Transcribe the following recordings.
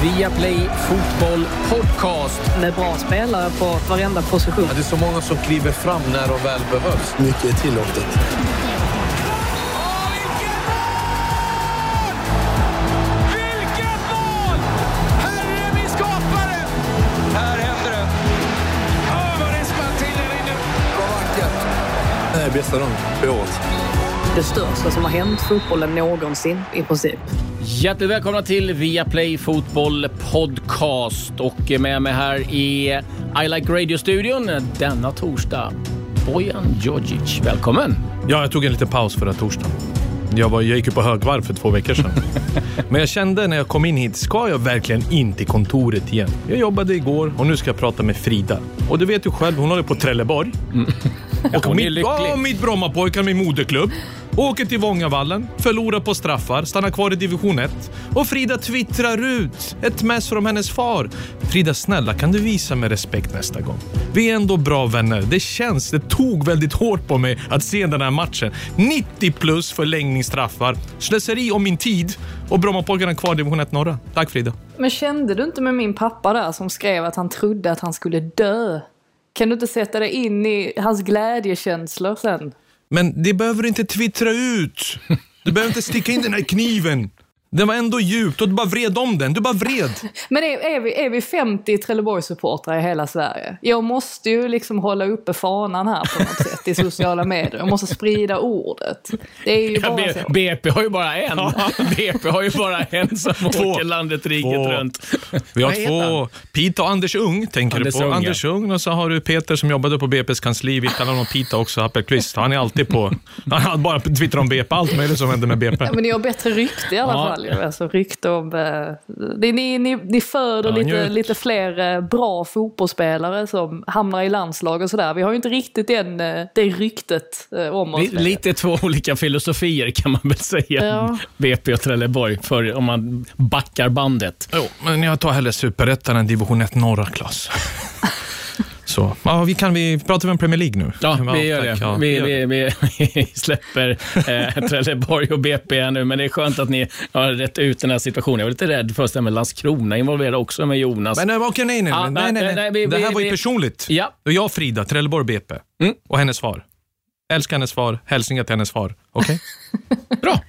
Viaplay Fotboll Podcast. Med bra spelare på varenda position. Ja, det är så många som kliver fram när de väl behövs. Mycket är tillåtet. Vilket mål! Herre min skapare! Här händer det. Vad det smäller till här inne. Vad vackert. Det är bästa dagen på året. Det största som har hänt fotbollen någonsin i princip. Hjärtligt välkomna till Viaplay Fotboll Podcast. Och med mig här i I Like Radio-studion denna torsdag, Bojan Djordjic. Välkommen! Ja, jag tog en liten paus förra torsdagen. Jag gick ju på högvarv för 2 veckor sedan. Men jag kände när jag kom in hit, ska jag verkligen in till kontoret igen? Jag jobbade igår och nu ska jag prata med Frida. Och du vet ju själv, hon håller på Trelleborg. Och mitt Brommapojkar med moderklubb. Åker till Vångavallen, förlorar på straffar, stannar kvar i division 1. Och Frida twittrar ut ett mess från hennes far. Frida, snälla, kan du visa mig respekt nästa gång? Vi är ändå bra vänner. Det tog väldigt hårt på mig att se den här matchen. 90 plus förlängningsstraffar, slöseri om min tid och Brommapojkarna kvar i division 1 norra. Tack Frida. Men kände du inte med min pappa där som skrev att han trodde att han skulle dö? Kan du inte sätta dig in i hans glädjekänslor sen? Men det behöver du inte twittra ut. Du behöver inte sticka in den här kniven. Den var ändå djupt och du bara vred om den. Du bara vred. Men är vi 50 Trelleborg-supportrar i hela Sverige? Jag måste ju liksom hålla uppe fanan här på något sätt i sociala medier. Jag måste sprida ordet. Det är ju bara så. BP har ju bara en. BP har ju bara en som åker landet riket runt. Vi har 2. Pita och Anders Ung, tänker du på. Anders Ung, och så har du Peter som jobbade på BP's kansli. Vi kallar honom Pita också, Appelqvist. Han är alltid på. Han bara twittrar om BP, allt möjligt som händer med BP. Ja, men ni har bättre rykte i alla fall. Alltså rykte om ni föder lite fler bra fotbollsspelare som hamnar i landslag och sådär. Vi har ju inte riktigt det ryktet om oss. Lite 2 olika filosofier kan man väl säga. Ja. BP och Trelleborg om man backar bandet. Jo, men jag tar hellre superettan än division 1 norra klass. Så. Ja, vi pratar om Premier League nu. Ja, vi gör det. Ja, vi släpper Trelleborg och BP nu, men det är skönt att ni har rätt ut den här situationen. Jag var lite rädd för att stämma Landskrona involverade också med Jonas. Men okej, nej. Det här var ju personligt. Ja. Och jag Frida, Trelleborg BP. Och hennes far. Älskar hennes far, hälsningar till hennes far. Okej? Bra!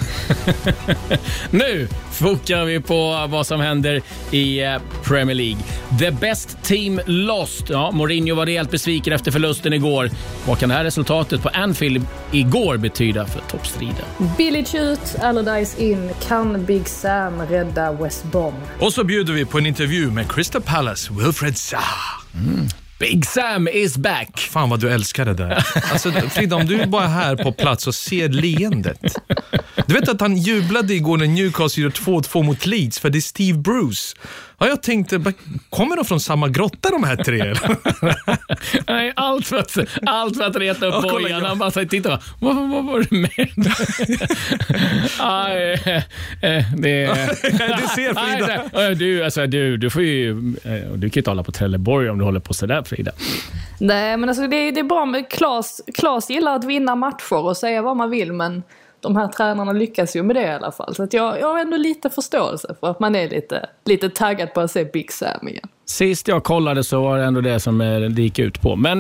Nu fokar vi på vad som händer i Premier League. The best team lost. Ja, Mourinho var rejält besviken efter förlusten igår. Vad kan det här resultatet på Anfield igår betyda för toppstriden? Billigt ut, Allardyce in. Kan Big Sam rädda West Brom? Och så bjuder vi på en intervju med Crystal Palace, Wilfred Zaha. Big Sam is back. Fan vad du älskar det där. Alltså Frida, om du är bara här på plats och ser leendet. Du vet att han jublade igår när Newcastle gjorde 2-2 mot Leeds för det är Steve Bruce. Ja, jag tänkte, kommer de från samma grotta de här 3? Nej, allt för att reta upp Bojan. Han bara säger, titta, vad var det med? Du ser Frida. Du får ju, du kan ju inte hålla på Trelleborg om du håller på sådär, Frida. Nej, men alltså det är bra med Klas gillar att vinna matcher och säga vad man vill, men de här tränarna lyckas ju med det i alla fall. Så att jag har ändå lite förståelse för att man är lite taggad på att se Big Sam igen. Sist jag kollade så var det ändå det som det gick ut på. Men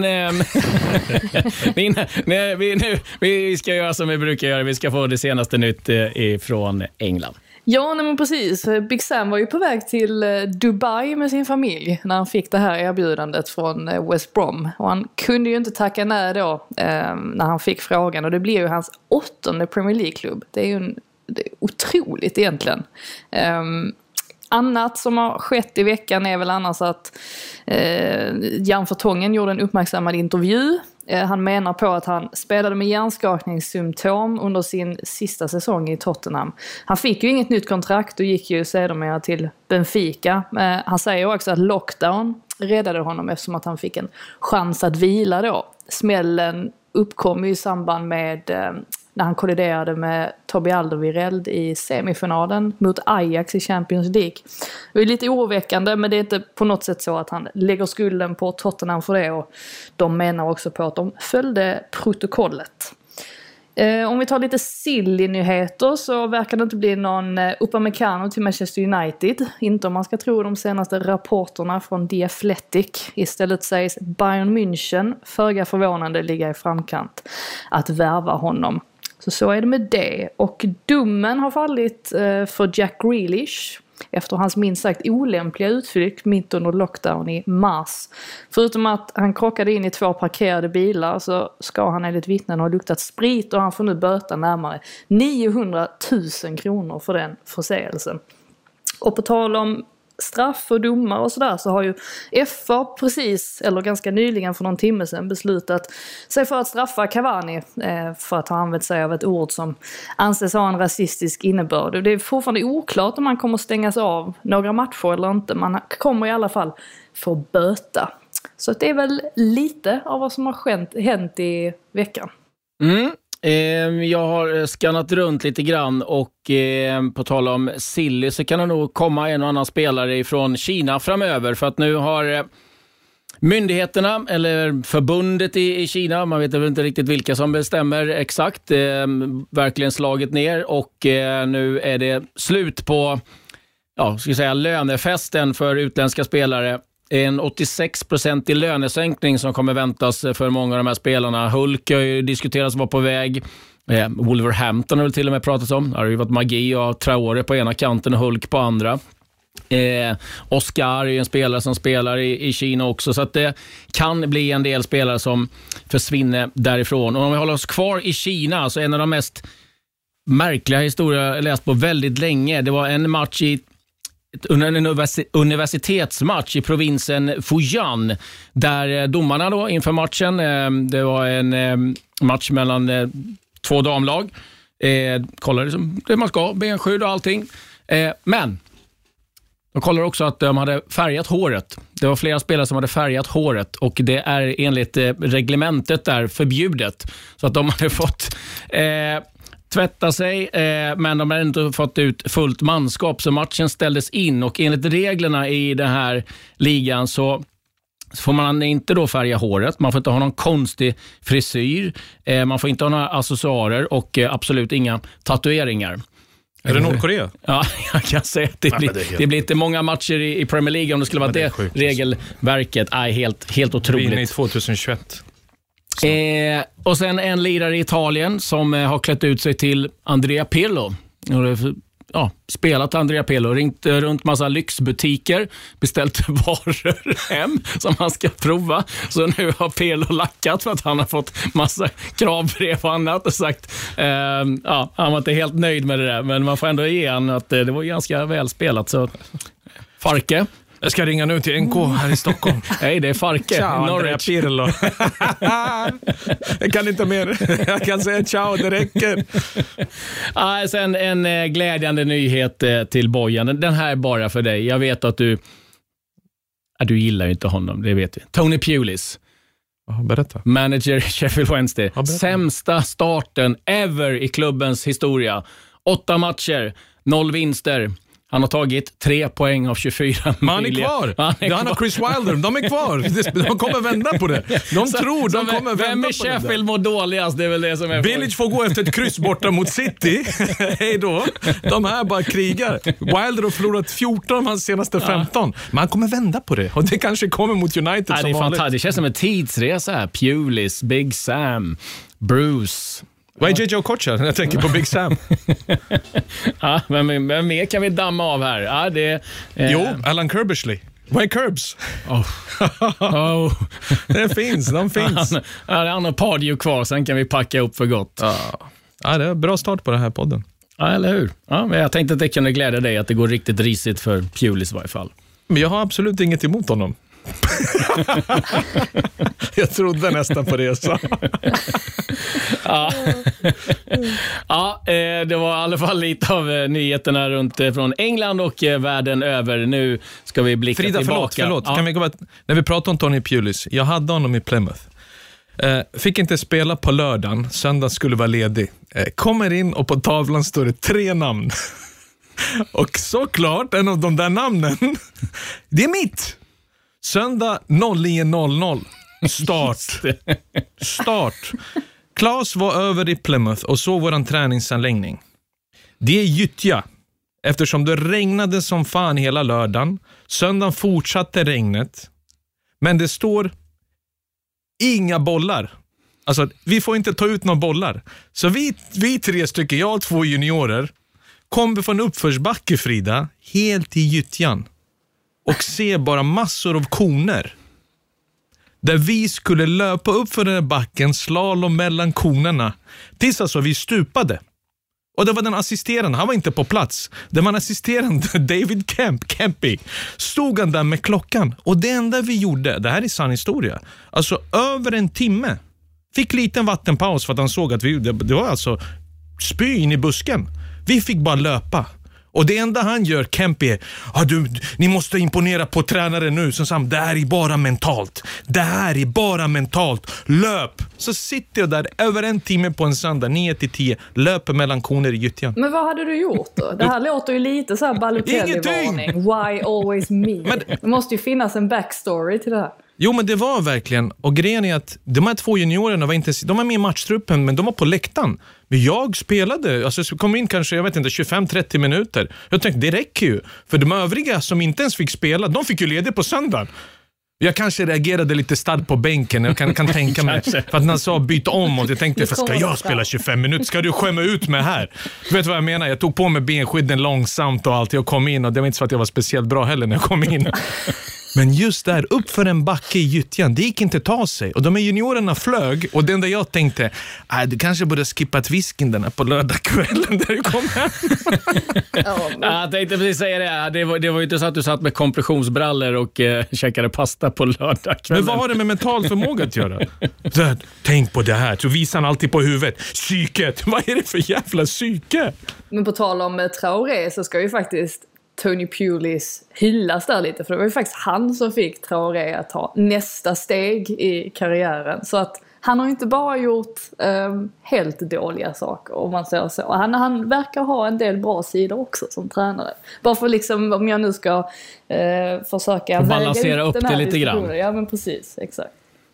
vi ska göra som vi brukar göra. Vi ska få det senaste nytt från England. Ja, men precis. Big Sam var ju på väg till Dubai med sin familj när han fick det här erbjudandet från West Brom. Och han kunde ju inte tacka nej då när han fick frågan. Och det blev ju hans 8:e Premier League-klubb. Det är ju det är otroligt egentligen. Annat som har skett i veckan är väl annars att Jan Vertonghen gjorde en uppmärksammad intervju. Han menar på att han spelade med hjärnskakningssymptom under sin sista säsong i Tottenham. Han fick ju inget nytt kontrakt och gick ju sedermera till Benfica. Han säger också att lockdown räddade honom eftersom att han fick en chans att vila då. Smällen uppkom i samband med när han kolliderade med Toby Alderweireld i semifinalen mot Ajax i Champions League. Det är lite oroväckande, men det är inte på något sätt så att han lägger skulden på Tottenham för det, och de menar också på att de följde protokollet. Om vi tar lite silly-nyheter så verkar det inte bli någon Upamecano till Manchester United. Inte om man ska tro de senaste rapporterna från The Athletic. Istället sägs Bayern München, föga förvånande, ligga i framkant att värva honom. Så är det med det. Och domen har fallit för Jack Grealish efter hans minst sagt olämpliga utflykt mitt under lockdown i mars. Förutom att han krockade in i 2 parkerade bilar så ska han enligt vittnen ha luktat sprit och han får nu böta närmare 900 000 kronor för den förseelsen. Och på tal om straff och domar och sådär så har ju FA precis, eller ganska nyligen för någon timme sedan, beslutat sig för att straffa Cavani för att ha använt sig av ett ord som anses ha en rasistisk innebörd. Det är fortfarande oklart om man kommer stängas av några matcher eller inte. Man kommer i alla fall få böta. Så det är väl lite av vad som har hänt i veckan. Jag har skannat runt lite grann och på tal om silly så kan det nog komma en och annan spelare från Kina framöver, för att nu har myndigheterna eller förbundet i Kina, man vet inte riktigt vilka som bestämmer exakt, verkligen slagit ner och nu är det slut på lönefesten för utländska spelare. En 86% i lönesänkning som kommer väntas för många av de här spelarna. Hulk har ju diskuterats vara på väg. Wolverhampton har det till och med pratats om. Det har ju varit magi och Traore på ena kanten och Hulk på andra. Oscar är en spelare som spelar i Kina också, så att det kan bli en del spelare som försvinner därifrån. Och om vi håller oss kvar i Kina så en av de mest märkliga historier jag läst på väldigt länge. Det var en match under en universitetsmatch i provinsen Fujian där domarna då inför matchen, det var en match mellan 2 damlag, kollade liksom det man ska, benskydd och allting, men de kollade också att de hade färgat håret. Det var flera spelare som hade färgat håret och det är enligt reglementet där förbjudet, så att de hade fått tvätta sig, men de hade inte fått ut fullt manskap, så matchen ställdes in. Och enligt reglerna i den här ligan så får man inte då färga håret, man får inte ha någon konstig frisyr, man får inte ha några accessoarer och absolut inga tatueringar. Är det Nordkorea? Ja, jag kan säga att det blir inte många matcher i Premier League om det skulle vara det regelverket. Helt otroligt. Vi är i 2021. Och sen en lirare i Italien som har klätt ut sig till Andrea Pirlo. Spelat Andrea Pirlo, ringt runt massa lyxbutiker, beställt varor hem som han ska prova. Så nu har Pirlo lackat för att han har fått massa kravbrev och annat och sagt han var inte helt nöjd med det där, men man får ändå ge han att det var ganska välspelat. Så Farke, jag ska ringa nu till NK här i Stockholm. Nej, det är Farke. Ciao, Andrea Pirlo. Jag kan inte mer. Jag kan säga ciao, det räcker. Sen en glädjande nyhet till Bojan. Den här är bara för dig. Jag vet att du gillar inte honom, det vet vi. Tony Pulis. Berätta. Manager Sheffield Wednesday. Sämsta starten ever i klubbens historia. 8 matcher, 0 vinster. Han har tagit 3 poäng av 24 Men han är kvar. Han har Chris Wilder. De är kvar. De kommer vända på det. De tror de kommer vända på det. Vem är Sheffield mot dåligast? Det är väl det som är. Village får gå efter ett kryss borta mot City. Hej då. De här bara krigar. Wilder har förlorat 14 av hans senaste 15. Men han kommer vända på det. Och det kanske kommer mot United som det är fantastiskt. Det känns som en tidsresa här. Pulis, Big Sam, Bruce. Vad är JJ Okocha? Jag tänker på Big Sam. Men mer kan vi damma av här. Jo, Alan Kirbishley. Vad är Kirbs? Det finns, de finns. Han har Pardew kvar, sen kan vi packa upp för gott. Ja, det är en bra start på den här podden. Ja, eller hur? Ja, men jag tänkte att det kunde glädja dig att det går riktigt risigt för Pulis i varje fall. Men jag har absolut inget emot honom. Jag trodde nästan på det så. Det var i alla fall lite av nyheterna runt från England och världen över. Nu ska vi blicka tillbaka. Förlåt. Kan vi gå när vi pratar om Tony Pulis, jag hade honom i Plymouth. Fick inte spela på lördagen, söndag skulle vara ledig. Kommer in och på tavlan står det 3 namn. Och såklart en av de där namnen, det är mitt. Söndag 09.00. Start. Claes var över i Plymouth och såg våran träningsanläggning. Det är gyttja. Eftersom det regnade som fan hela lördagen. Söndagen fortsatte regnet. Men det står inga bollar. Alltså, vi får inte ta ut några bollar. Så vi 3 stycken, jag och 2 juniorer, kom från uppförsbacke, Frida, helt i gyttjan. Och se bara massor av koner. Där vi skulle löpa upp för den här backen, slalom mellan konerna. Tills alltså vi stupade. Och det var den assisterande, han var inte på plats. Det var en assisterande, David Kempy. Stod han där med klockan. Och det enda vi gjorde, det här är sann historia. Alltså över en timme. Fick liten vattenpaus för att han såg att det var alltså spy in i busken. Vi fick bara löpa. Och det enda han gör, Kempy, ni måste imponera på tränaren nu. Som sa, det här är bara mentalt. Det här är bara mentalt. Löp! Så sitter jag där över en timme på en söndag, 9-10, löper mellan koner i gyttjan. Men vad hade du gjort då? Det här låter ju lite så här Balotelli-varning. Why always me? Det måste ju finnas en backstory till det här. Jo, men det var verkligen. Och grejen är att de här 2 juniorerna var inte, de var med i matchtruppen, men de var på läktaren. Men jag spelade, alltså jag kom in kanske, jag vet inte, 25-30 minuter. Jag tänkte, det räcker ju. För de övriga som inte ens fick spela, de fick ju ledigt på söndagen. Jag kanske reagerade lite starkt på bänken. Jag kan tänka mig. För att han sa byta om och jag tänkte, för ska jag spela 25 minuter? Ska du skämma ut mig här? Du vet vad jag menar? Jag tog på mig benskydden långsamt och allt. Jag kom in och det var inte så att jag var speciellt bra heller när jag kom in. Men just där, upp för en backe i gyttjan, det gick inte ta sig. Och de här juniorerna flög, och det enda jag tänkte, du kanske borde skippat visken den här på lördagskvällen där du kom hem. Jag tänkte precis säga det. Det var ju inte så att du satt med kompressionsbrallor och käkade pasta på lördagskvällen. Men vad har det med mental förmåga att göra? Så, tänk på det här, så visar han alltid på huvudet. Psyket, vad är det för jävla psyke? Men på tal om Traoré så ska ju faktiskt Tony Pulis hyllas där lite, för det var ju faktiskt han som fick Traoré att ta nästa steg i karriären. Så att han har inte bara gjort helt dåliga saker, om man säger så. Han verkar ha en del bra sidor också som tränare. Bara för liksom, om jag nu ska försöka balansera upp det lite grann. Ja, men precis, exakt.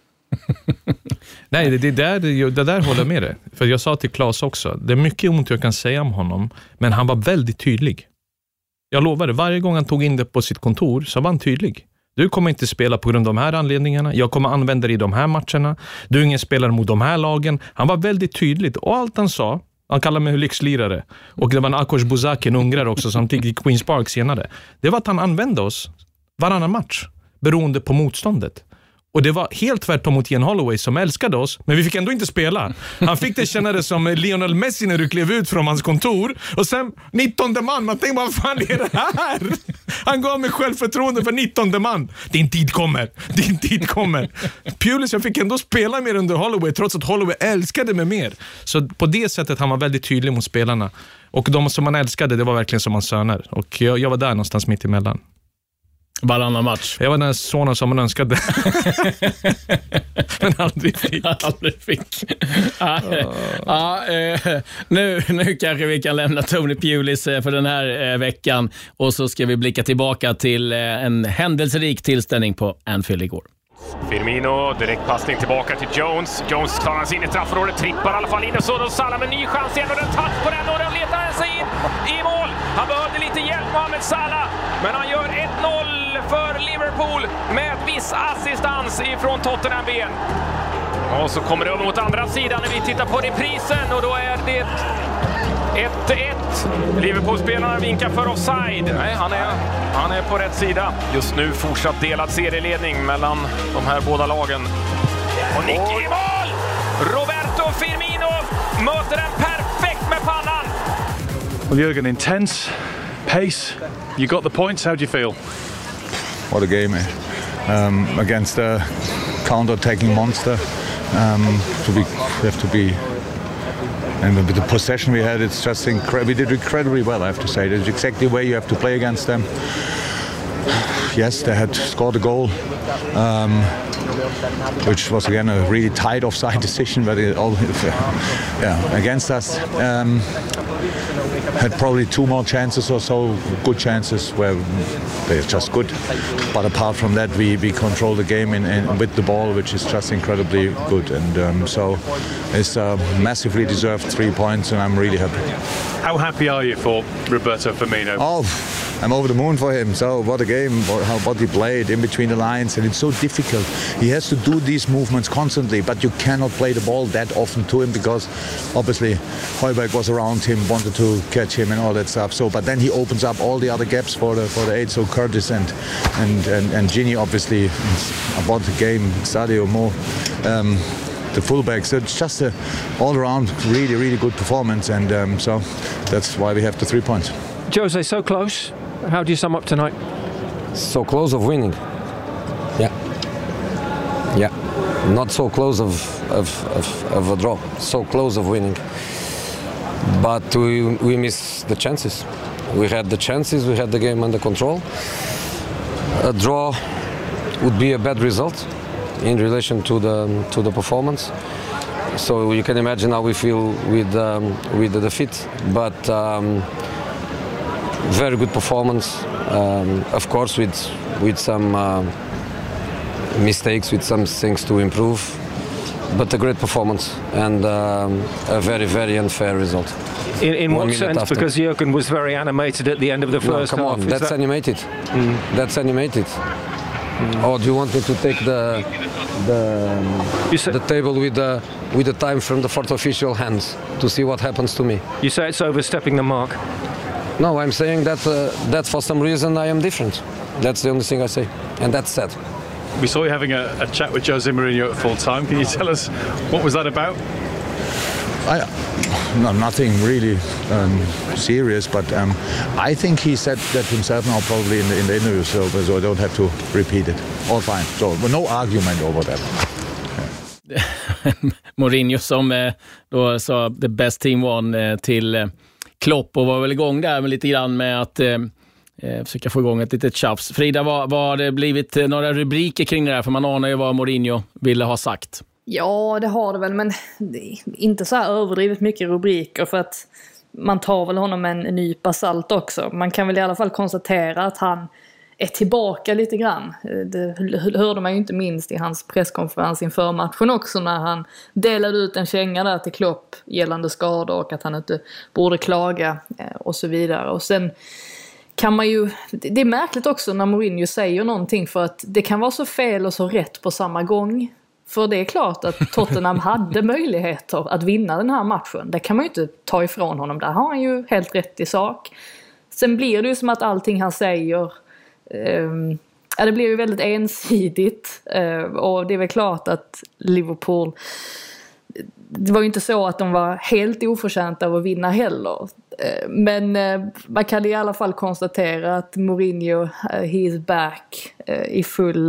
Nej, det där håller med dig. För jag sa till Claes också, det är mycket ont jag kan säga om honom, men han var väldigt tydlig. Jag lovar det, varje gång han tog in det på sitt kontor så var han tydlig. Du kommer inte spela på grund av de här anledningarna. Jag kommer använda dig i de här matcherna. Du är ingen spelare mot de här lagen. Han var väldigt tydlig. Och allt han sa, han kallade mig lyxlirare. Och det var en Akos Buzaki, en ungrare också, som gick i Queens Park senare. Det var att han använde oss varannan match, beroende på motståndet. Och det var helt tvärtom mot Ian Holloway som älskade oss, men vi fick ändå inte spela. Han fick det känna det som Lionel Messi när du klev ut från hans kontor. Och sen 19:e man, man tänkte, vad fan är det här? Han gav mig självförtroende för 19:e man. Din tid kommer. Pulis, jag fick ändå spela mer under Holloway, trots att Holloway älskade mig mer. Så på det sättet han var väldigt tydlig mot spelarna. Och de som man älskade, det var verkligen som hans söner. Och jag var där någonstans mitt emellan. Varannan match. Jag var den sonen som man önskade. Men aldrig fick. Nu kanske vi kan lämna Tony Pulis för den här veckan. Och så ska vi blicka tillbaka till en händelserik tillställning på Anfield igår. Firmino, direktpassning tillbaka till Jones. Jones klarar sig in i straffområdet, trippar i alla fall in och så Salah med ny chans igen och den touch på den och den letar sig in i mål. Han behövde lite hjälp, Mohamed Salah, men han gör 1-0 för Liverpool med viss assistans ifrån Tottenham-ben. Och så kommer det över mot andra sidan när vi tittar på reprisen och då är det 1-1. Liverpool-spelarna vinkar för offside. Nej, han är på rätt sida. Just nu fortsatt delad serieledning mellan de här båda lagen. Och Nick i mål! Roberto Firmino möter den perfekt med pannan. Well, Jürgen, intense, pace. You got the points. How do you feel? What a game, against a counter-attacking monster. We have to be, and with the possession we had, it's just we did incredibly well, I have to say. It's exactly the way you have to play against them. Yes, they had scored a goal which was again a really tight offside decision, but against us. Had probably 2 more chances or so, good chances where they're just good. But apart from that, we control the game with the ball, which is just incredibly good. And so it's massively deserved 3 points, and I'm really happy. How happy are you for Roberto Firmino? Oh, I'm over the moon for him. So what a game, what he played in between the lines, and it's so difficult. He has to do these movements constantly, but you cannot play the ball that often to him because obviously Højbjerg was around him, wanted to catch him and all that stuff. So, but then he opens up all the other gaps for the 8. So Curtis and Gini obviously about the game, Sadio Mo. The fullback, so it's just a all-around really, really good performance, and so that's why we have the 3 points. Jose, so close. How do you sum up tonight? So close of winning. Yeah. Not so close of a draw. So close of winning. But we missed the chances. We had the chances. We had the game under control. A draw would be a bad result in relation to the performance. So you can imagine how we feel with the defeat. But very good performance, of course with some mistakes, with some things to improve, but a great performance and a very, very unfair result. In what sense? After. Because Jürgen was very animated at the end of the first half. Come on, that's animated. That's animated. Or do you want me to take the table with the time from the fourth official hands to see what happens to me? You say it's overstepping the mark? No, I'm saying that for some reason I am different. That's the only thing I say, and that's sad. We saw you having a chat with Jose Mourinho at full time. Can you tell us what was that about? No, nothing really serious, but I think he said that himself now probably in the interview, so I don't have to repeat it. All fine. So no argument over that. Mourinho som då sa the best team won till Klopp och var väl igång där med lite grann med att försöka få igång ett litet tjafs. Frida, vad har det blivit några rubriker kring det där? För man anar ju vad Mourinho ville ha sagt. Ja, det har det väl, men inte så här överdrivet mycket rubriker, för att man tar väl honom en nypa salt också. Man kan väl i alla fall konstatera att han är tillbaka lite grann. Det hörde man ju inte minst i hans presskonferens inför matchen också, när han delade ut en känga där till Klopp gällande skador och att han inte borde klaga och så vidare. Och sen kan man ju, det är märkligt också när Mourinho säger någonting, för att det kan vara så fel och så rätt på samma gång. För det är klart att Tottenham hade möjligheter att vinna den här matchen. Det kan man ju inte ta ifrån honom. Där har han ju helt rätt i sak. Sen blir det ju som att allting han säger, det blir ju väldigt ensidigt. Och det är väl klart att Liverpool, det var ju inte så att de var helt oförtjänta av att vinna heller. Men man kan i alla fall konstatera att Mourinho, he is back i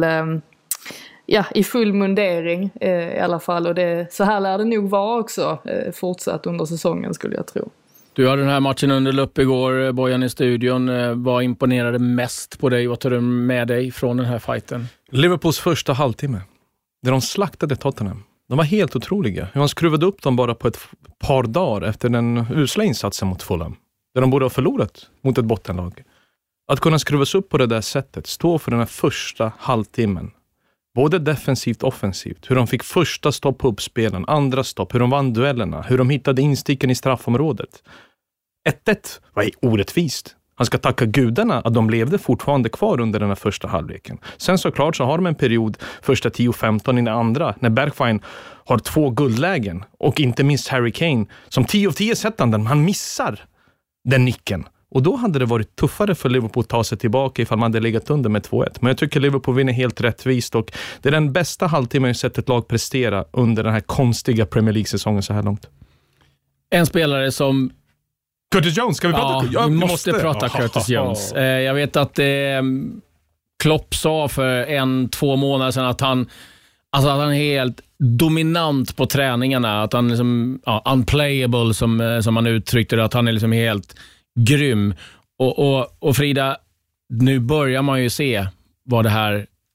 full mundering i alla fall. Och så här lär det nog vara också fortsatt under säsongen, skulle jag tro. Du hade den här matchen under lupp igår, Bojan, i studion. Vad imponerade mest på dig? Vad tar du med dig från den här fighten? Liverpools första halvtimme, där de slaktade Tottenham. De var helt otroliga. Man skruvade upp dem bara på ett par dagar efter den usla insatsen mot Fulham, där de borde ha förlorat mot ett bottenlag. Att kunna skruvas upp på det där sättet, stå för den här första halvtimmen, både defensivt och offensivt. Hur de fick första stopp på uppspelen, andra stopp, hur de vann duellerna, hur de hittade insticken i straffområdet. 1-1 var orättvist. Han ska tacka gudarna att de levde fortfarande kvar under den här första halvleken. Sen såklart så har de en period, första 10-15 i den andra, när Bergwijn har 2 guldlägen. Och inte minst Harry Kane, som 10 av 10 sättanden, han missar den nicken. Och då hade det varit tuffare för Liverpool att ta sig tillbaka ifall man hade legat under med 2-1. Men jag tycker Liverpool vinner helt rättvist, och det är den bästa halvtimmen jag sett ett lag prestera under den här konstiga Premier League-säsongen så här långt. En spelare som... Curtis Jones, ska vi prata? Ja, vi måste prata Curtis Jones. Jag vet att Klopp sa för 1-2 månader sedan att han är helt dominant på träningarna. Att han liksom, unplayable som han uttryckte det. Att han är liksom helt grym. Och Frida, nu börjar man ju se vad det här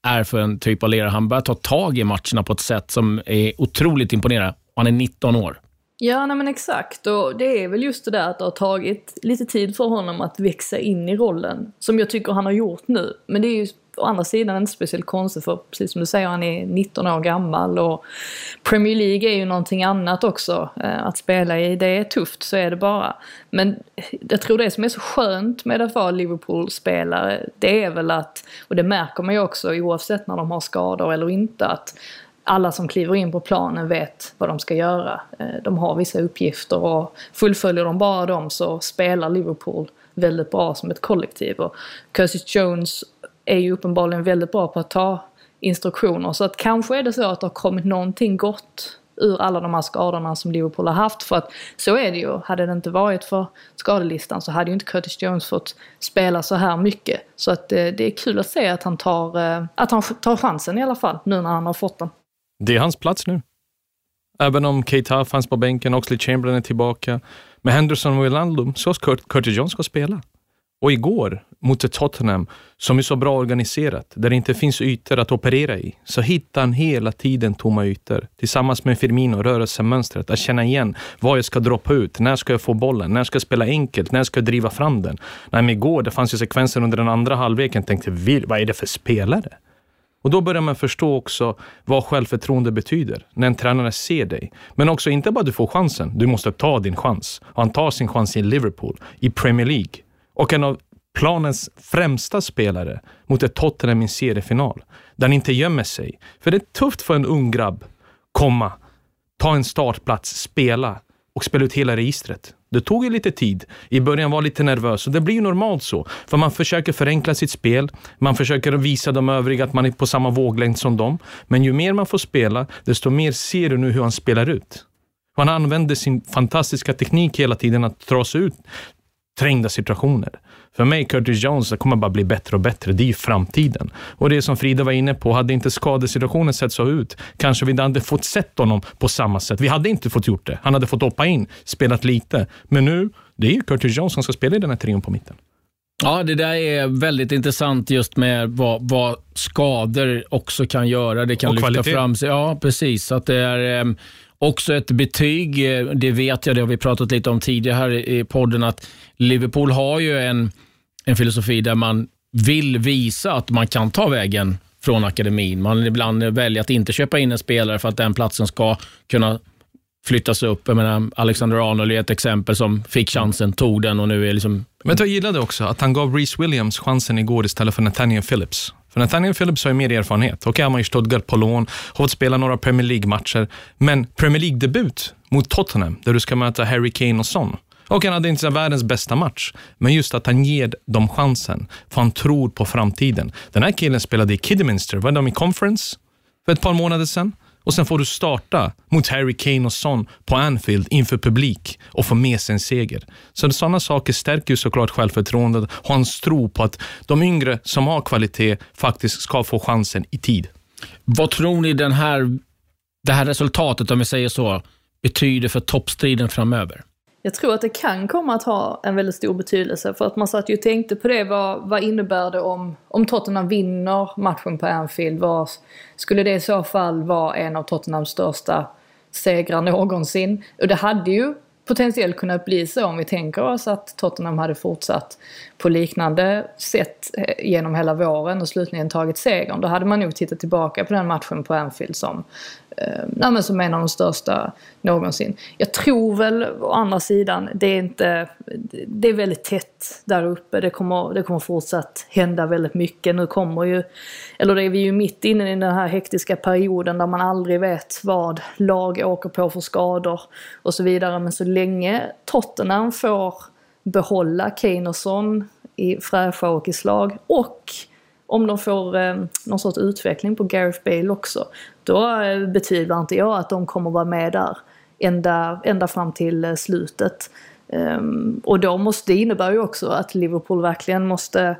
är för en typ av ledare. Han börjar ta tag i matcherna på ett sätt som är otroligt imponerande. Han är 19 år. Ja, nej men exakt. Och det är väl just det där att det har tagit lite tid för honom att växa in i rollen. Som jag tycker han har gjort nu. Men det är ju å andra sidan inte speciellt konstigt för, precis som du säger, han är 19 år gammal. Och Premier League är ju någonting annat också. Att spela i, det är tufft, så är det bara. Men jag tror det som är så skönt med att vara Liverpool-spelare, det är väl att, och det märker man ju också oavsett när de har skador eller inte, att alla som kliver in på planen vet vad de ska göra. De har vissa uppgifter och fullföljer de bara dem så spelar Liverpool väldigt bra som ett kollektiv. Och Curtis Jones är ju uppenbarligen väldigt bra på att ta instruktioner. Så att kanske är det så att det har kommit någonting gott ur alla de här skadorna som Liverpool har haft. För att så är det ju. Hade det inte varit för skadelistan så hade ju inte Curtis Jones fått spela så här mycket. Så att det är kul att se att han tar chansen i alla fall nu när han har fått den. Det är hans plats nu. Även om Keita fanns på bänken, Oxlade-Chamberlain är tillbaka. Med Henderson och Wijnaldum så ska Curtis Jones ska spela. Och igår mot ett Tottenham som är så bra organiserat, där det inte finns ytor att operera i, så hittar han hela tiden tomma ytor. Tillsammans med Firmino rörelsemönstret, att känna igen vad jag ska droppa ut, när ska jag få bollen, när ska jag spela enkelt, när ska jag driva fram den. Men igår, det fanns ju sekvenser under den andra halvleken, tänkte vad är det för spelare? Och då börjar man förstå också vad självförtroende betyder när en tränare ser dig. Men också inte bara du får chansen, du måste ta din chans. Och han tar sin chans i Liverpool, i Premier League. Och en av planens främsta spelare mot ett Tottenham i en seriefinal. Där han inte gömmer sig. För det är tufft för en ung grabb ta en startplats, spela och spela ut hela registret. Det tog ju lite tid. I början var lite nervös och det blir ju normalt så. För man försöker förenkla sitt spel. Man försöker visa de övriga att man är på samma våglängd som dem. Men ju mer man får spela, desto mer ser du nu hur han spelar ut. Han använder sin fantastiska teknik hela tiden att dra sig ut trängda situationer. För mig, Curtis Jones, det kommer bara bli bättre och bättre. Det är ju framtiden. Och det som Frida var inne på, hade inte skadesituationen sett så ut, kanske vi hade fått sett honom på samma sätt. Vi hade inte fått gjort det. Han hade fått hoppa in, spelat lite. Men nu, det är ju Curtis Jones som ska spela i den här trion på mitten. Ja, det där är väldigt intressant just med vad skador också kan göra. Det kan lyfta fram sig. Ja, precis. Att det är också ett betyg, det vet jag, det har vi pratat lite om tidigare här i podden, att Liverpool har ju en filosofi där man vill visa att man kan ta vägen från akademin. Man ibland väljer att inte köpa in en spelare för att den platsen ska kunna flyttas upp. Jag menar, Alexander Arnold är ett exempel som fick chansen, tog den och nu är liksom... Men jag gillade också att han gav Reece Williams chansen igår istället för Nathaniel Phillips. För Nathaniel Phillips har ju mer erfarenhet. Okej, han var i Stuttgart på lån, har fått spela några Premier League-matcher. Men Premier League-debut mot Tottenham, där du ska möta Harry Kane och Son. Och han hade inte världens bästa match. Men just att han ger dem chansen. För han tror på framtiden. Den här killen spelade i Kidderminster. Var de i Conference för ett par månader sedan? Och sen får du starta mot Harry Kane och Son på Anfield inför publik och få med sig en seger. Så sådana saker stärker ju såklart självförtroendet och hans tro på att de yngre som har kvalitet faktiskt ska få chansen i tid. Vad tror ni det här resultatet, om vi säger så, betyder för toppstriden framöver? Jag tror att det kan komma att ha en väldigt stor betydelse, för att man satt ju och tänkte på det, vad innebär det om Tottenham vinner matchen på Anfield? Skulle det i så fall vara en av Tottenhams största segrar någonsin? Och det hade ju potentiellt kunnat bli så om vi tänker oss att Tottenham hade fortsatt på liknande sätt genom hela våren och slutligen tagit segern. Då hade man nog tittat tillbaka på den matchen på Anfield som en av de största någonsin. Jag tror väl å andra sidan, det är väldigt tätt där uppe. Det kommer fortsatt hända väldigt mycket. Nu är vi ju mitt inne i den här hektiska perioden där man aldrig vet vad lag åker på för skador och så vidare. Men så länge Tottenham får behålla Kane och Son i fräscha och i slag, och om de får någon sorts utveckling på Gareth Bale också, då betyder inte jag att de kommer vara med där ända fram till slutet. Och då det innebär ju också att Liverpool verkligen måste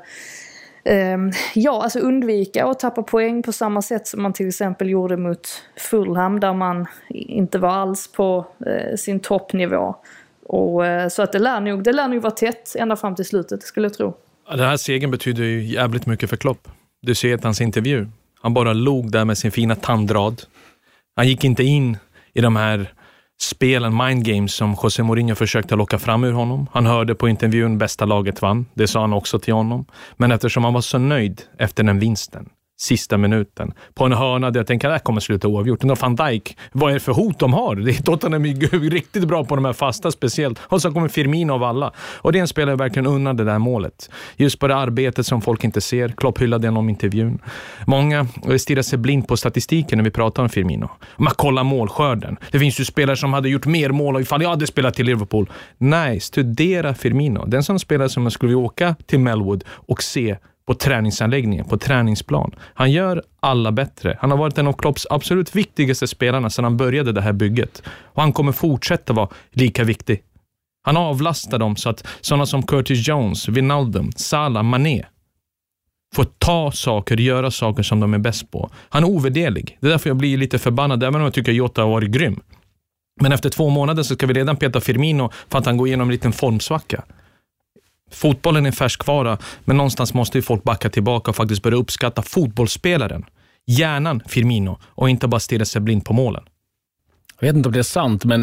undvika att tappa poäng på samma sätt som man till exempel gjorde mot Fulham, där man inte var alls på sin toppnivå. Och så att det lär nog vara tätt ända fram till slutet, skulle jag tro. Den här segern betyder ju jävligt mycket för Klopp. Du ser att hans intervju. Han bara log där med sin fina tandrad. Han gick inte in i de här spelen, mind games, som José Mourinho försökte locka fram ur honom. Han hörde på intervjun bästa laget vann. Det sa han också till honom. Men eftersom han var så nöjd efter den vinsten, sista minuten, på en hörna där jag tänkte att det kommer sluta oavgjort. Och Van Dijk, vad är det för hot de har? Det är Tottenham är riktigt bra på de här fasta speciellt. Och så kommer Firmino av alla. Och det är en spelare verkligen unnar det där målet. Just på det arbetet som folk inte ser. Klopp hyllade den om intervjun. Många stirrar sig blind på statistiken när vi pratar om Firmino. Man kollar målskörden. Det finns ju spelare som hade gjort mer mål ifall jag hade spelat till Liverpool. Nej, studera Firmino. Den som spelare som man skulle åka till Melwood och se på träningsanläggningen, på träningsplan. Han gör alla bättre. Han har varit en av Klopps absolut viktigaste spelarna sedan han började det här bygget. Och han kommer fortsätta vara lika viktig. Han avlastar dem så att sådana som Curtis Jones, Wijnaldum, Salah, Mané får ta saker, göra saker som de är bäst på. Han är ovärderlig. Det är därför jag blir lite förbannad, även om jag tycker att Jota har varit grym. Men efter 2 månader så ska vi redan peta Firmino för att han går igenom en liten formsvacka. Fotbollen är färskvara, men någonstans måste ju folk backa tillbaka och faktiskt börja uppskatta fotbollsspelaren. Hjärnan Firmino och inte bara stirra sig blind på målen. Jag vet inte om det är sant, men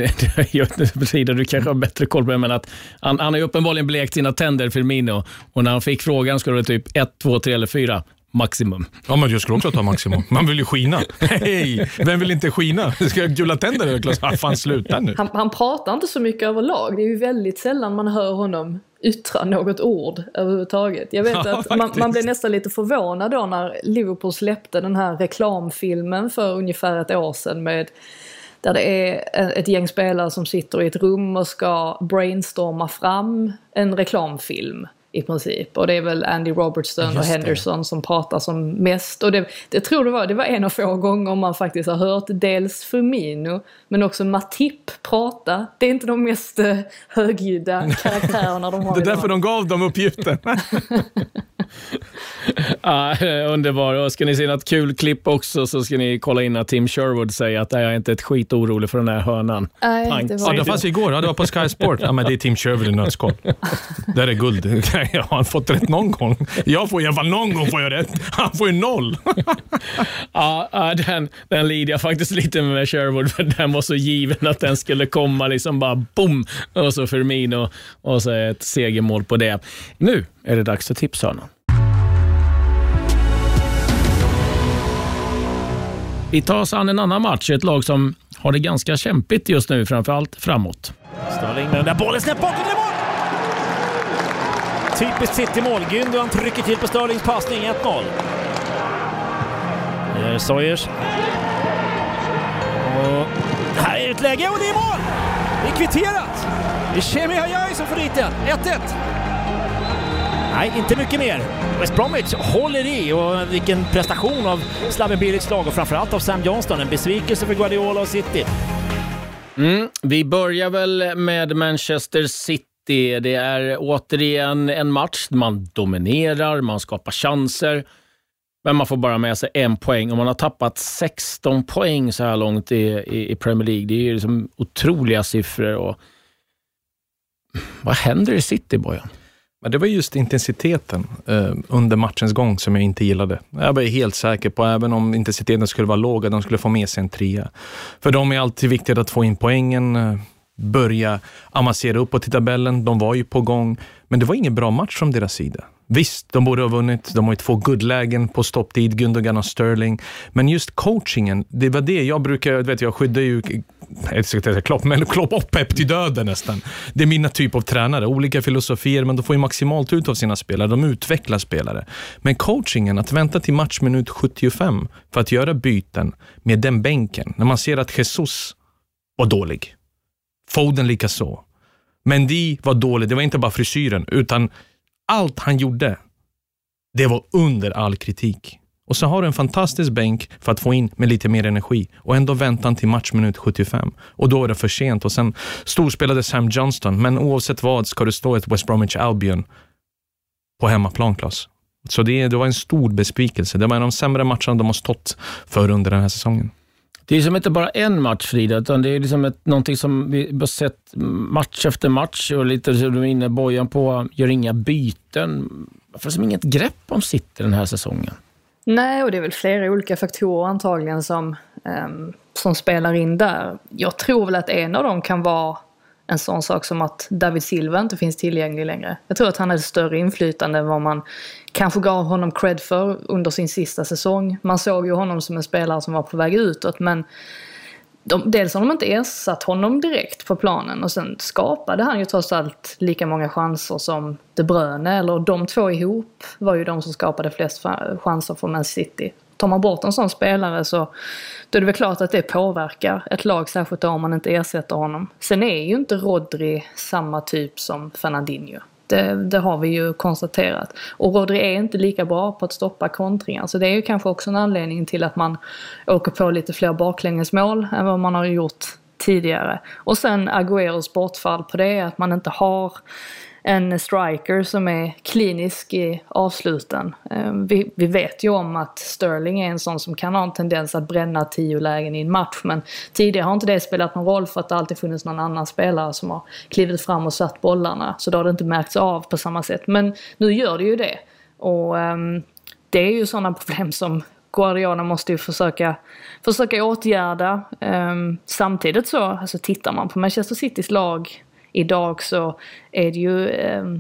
du kanske har bättre koll på det, men att han har ju uppenbarligen blekt sina tänder, Firmino, och när han fick frågan skulle det typ 1, 2, 3 eller 4 maximum. Ja, men jag skulle också ta maximum. Man vill ju skina. Hej, vem vill inte skina? Ska jag gula tänder eller? Fan, sluta nu. Han pratar inte så mycket överlag. Det är ju väldigt sällan man hör honom yttra något ord överhuvudtaget. Jag vet att man blev nästan lite förvånad då när Liverpool släppte den här reklamfilmen för ungefär ett år sedan där det är ett gäng spelare som sitter i ett rum och ska brainstorma fram en reklamfilm i princip. Och det är väl Andy Robertson och Henderson som pratar som mest. Och det tror det var en av få gånger man faktiskt har hört dels Firmino men också Matip prata. Det är inte de mest högljudda karaktärerna de har. Det är därför de gav dem uppgiften. Underbar. Och ska ni se något kul klipp också så ska ni kolla in att Tim Sherwood säger att jag är inte ett skit orolig för den här hörnan. Det fanns igår. Det var på Sky Sport. Ja, men det är Tim Sherwood i nötskål. Det är guld. Jag har fått rätt någon gång. Jag får i alla fall någon gång får jag rätt. Han får ju 0. Den lider jag faktiskt lite med Sherwood, för den var så given att den skulle komma liksom bara boom, och så Firmino och så ett segermål på det. Nu är det dags för tipshörnan. Vi tar oss an en annan match, ett lag som har det ganska kämpigt just nu, framförallt framåt. Sterling med den där bollen snett bakom till mål! Typiskt City-mål. Gündogan trycker till på Sterlings passning, 1-0. Det är Sawyers. Och här är ett läge och det är mål! Det är kvitterat! Det är Chemi Hayai som får dit den. 1-1. Nej, inte mycket mer. West Bromwich håller i, och vilken prestation av Slaven Bilics lag och framförallt av Sam Johnston. En besvikelse för Guardiola och City. Vi börjar väl med Manchester City. Det är återigen en match. Man dominerar, man skapar chanser. Men man får bara med sig 1 poäng. Och man har tappat 16 poäng så här långt i Premier League. Det är ju liksom otroliga siffror. Och vad händer i City, Bojan? Men det var just intensiteten under matchens gång som jag inte gillade. Jag var helt säker på, även om intensiteten skulle vara låg, att de skulle få med sig en 3. För dem är alltid viktigt att få in poängen, börja avancera uppåt i tabellen. De var ju på gång, men det var ingen bra match från deras sida. Visst, de borde ha vunnit. De har ju 2 guldlägen på stopptid, Gündogan och Sterling. Men just coachingen, det var det jag brukar, jag skyddar ju Klopp och Pep till döden nästan. Det är mina typ av tränare, olika filosofier, men de får ju maximalt ut av sina spelare. De utvecklar spelare. Men coachingen, att vänta till matchminut 75 för att göra byten med den bänken, när man ser att Jesus var dålig. Foden lika så. Mendy var dålig, det var inte bara frisyren, utan allt han gjorde, det var under all kritik. Och så har du en fantastisk bänk för att få in med lite mer energi. Och ändå väntan till matchminut 75. Och då är det för sent. Och sen storspelade Sam Johnston. Men oavsett vad ska det stå ett West Bromwich Albion på hemmaplan, Klas. Så det var en stor besvikelse. Det var en av de sämre matcherna de har stått för under den här säsongen. Det är som inte bara en match, Frida, utan det är liksom någonting som vi har sett match efter match, och lite som du är inne Bojan på, gör inga byten. Varför som inget grepp om City den här säsongen? Nej, och det är väl flera olika faktorer antagligen som spelar in där. Jag tror väl att en av dem kan vara en sån sak som att David Silva inte finns tillgänglig längre. Jag tror att han hade större inflytande än vad man kanske gav honom cred för under sin sista säsong. Man såg ju honom som en spelare som var på väg utåt, men dels har de inte ersatt honom direkt på planen, och sen skapade han ju trots allt lika många chanser som De Bruyne, eller de två ihop var ju de som skapade flest chanser för Man City. Tar man bort en sån spelare så då är det väl klart att det påverkar ett lag, särskilt om man inte ersätter honom. Sen är ju inte Rodri samma typ som Fernandinho. Det har vi ju konstaterat. Och Rodri är inte lika bra på att stoppa kontringar. Så det är ju kanske också en anledning till att man åker på lite fler baklängesmål än vad man har gjort tidigare. Och sen Agüeros bortfall på det är att man inte har en striker som är klinisk i avsluten. Vi vet ju om att Sterling är en sån som kan ha en tendens att bränna 10 lägen i en match, men tidigare har inte det spelat någon roll för att det alltid funnits någon annan spelare som har klivit fram och satt bollarna, så då har det inte märkts av på samma sätt. Men nu gör det ju det, och det är ju sådana problem som Guardiola måste ju försöka åtgärda. Samtidigt så alltså, tittar man på Manchester Citys lag idag så är det ju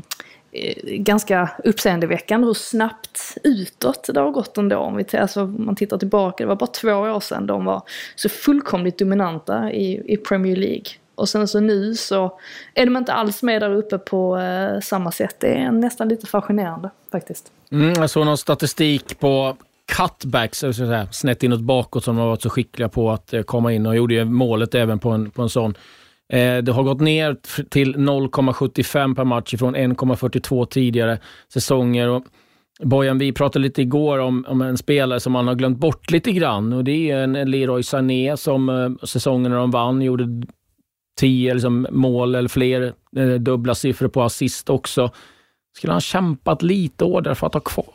ganska uppseendeväckande hur snabbt utåt det har gått ändå. Om man tittar tillbaka, det var bara 2 år sedan de var så fullkomligt dominanta i Premier League. Och sen så nu så är de inte alls med där uppe på samma sätt. Det är nästan lite fascinerande faktiskt. Jag såg någon statistik på cutbacks, så att säga, snett inåt bakåt, som har varit så skickliga på att komma in, och gjorde ju målet även på en sån. Det har gått ner till 0,75 per match från 1,42 tidigare säsonger. Och Bojan, vi pratade lite igår om en spelare som man har glömt bort lite grann, och det är en Leroy Sané som säsongen när de vann gjorde 10 liksom, mål eller fler, dubbla siffror på assist också. Skulle han kämpat lite hårdare för att ha kvar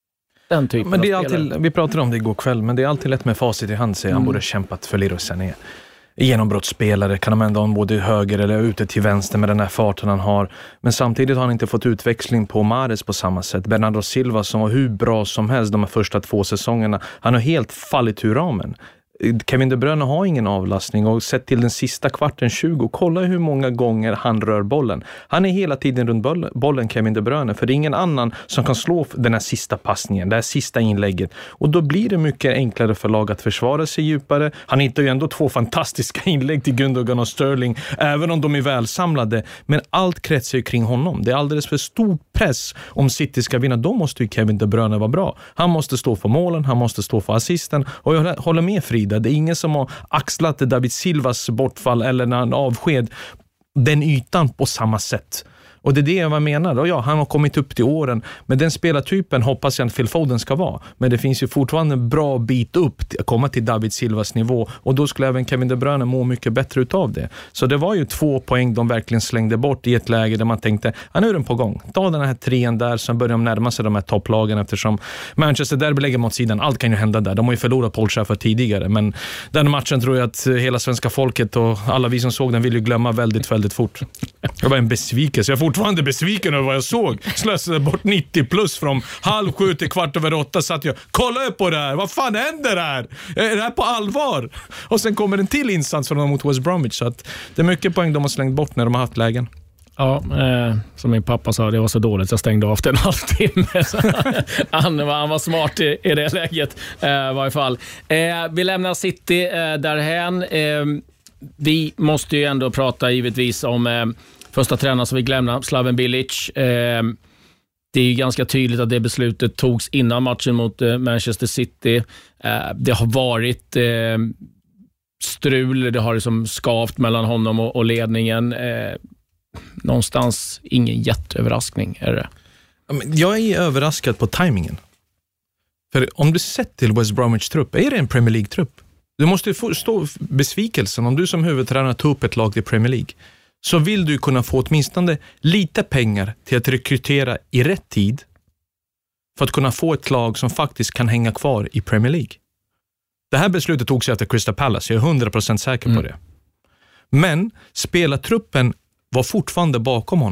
den typen men det är av spelare? alltid, vi pratade om det igår kväll, men det är alltid lätt med facit i hand, säger han borde kämpat för Leroy Sané. Genombrottsspelare, kan han ändå både höger eller ute till vänster med den här farten han har, men samtidigt har han inte fått utväxling på Mahrez på samma sätt. Bernardo Silva som var hur bra som helst de här första 2 säsongerna, han har helt fallit ur ramen. Kevin De Bruyne har ingen avlastning, och sett till den sista kvarten 20, kolla hur många gånger han rör bollen. Han är hela tiden runt bollen, Kevin De Bruyne, för det är ingen annan som kan slå den här sista passningen, det här sista inlägget, och då blir det mycket enklare för lag att försvara sig djupare. Han hittar ju ändå 2 fantastiska inlägg till Gundogan och Sterling, även om de är välsamlade, men allt kretsar ju kring honom. Det är alldeles för stor press om City ska vinna. Då måste ju Kevin De Bruyne vara bra. Han måste stå för målen, han måste stå för assisten, och jag håller med Frida. Det är ingen som har axlat David Silvas bortfall eller när han avsked den ytan på samma sätt. Och det är det jag menar. Och ja, han har kommit upp till åren. Men den spelartypen hoppas jag att Phil Foden ska vara. Men det finns ju fortfarande en bra bit upp att komma till David Silvas nivå. Och då skulle även Kevin De Bruyne må mycket bättre utav det. Så det var ju 2 poäng de verkligen slängde bort i ett läge där man tänkte, nu är den på gång. Ta den här 3:an där, som börjar närma sig de här topplagen, eftersom Manchester Derby lägger mot sidan. Allt kan ju hända där. De har ju förlorat Paul Schäfer tidigare. Men den matchen tror jag att hela svenska folket och alla vi som såg den vill ju glömma väldigt, väldigt fort. Det var en besvikelse. Jag är fortfarande besviken över vad jag såg. Slösade bort 90 plus från 7:30 till 7:15. Satt jag, kolla upp på det här. Vad fan händer här? Är det här på allvar? Och sen kommer en till insats från dem mot West Bromwich. Så att det är mycket poäng de har slängt bort när de har haft lägen. Ja, som min pappa sa, det var så dåligt så jag stängde av det en halvtimme. Han var smart i det läget i varje fall. Vi lämnar City därhän. Vi måste ju ändå prata givetvis om första tränaren som vi glömde, Slaven Bilic. Det är ju ganska tydligt att det beslutet togs innan matchen mot Manchester City. Det har varit strul, det har liksom skavt mellan honom och ledningen. Någonstans ingen jätteöverraskning, är det? Jag är överraskad på timingen. För om du sett till West Bromwich trupp, är det en Premier League-trupp? Du måste ju förstå besvikelsen. Om du som huvudtränare tar upp ett lag till Premier League, så vill du kunna få åtminstone lite pengar till att rekrytera i rätt tid för att kunna få ett lag som faktiskt kan hänga kvar i Premier League. Det här beslutet togs efter Crystal Palace, jag är 100% säker på det. Men spelartruppen var fortfarande bakom honom.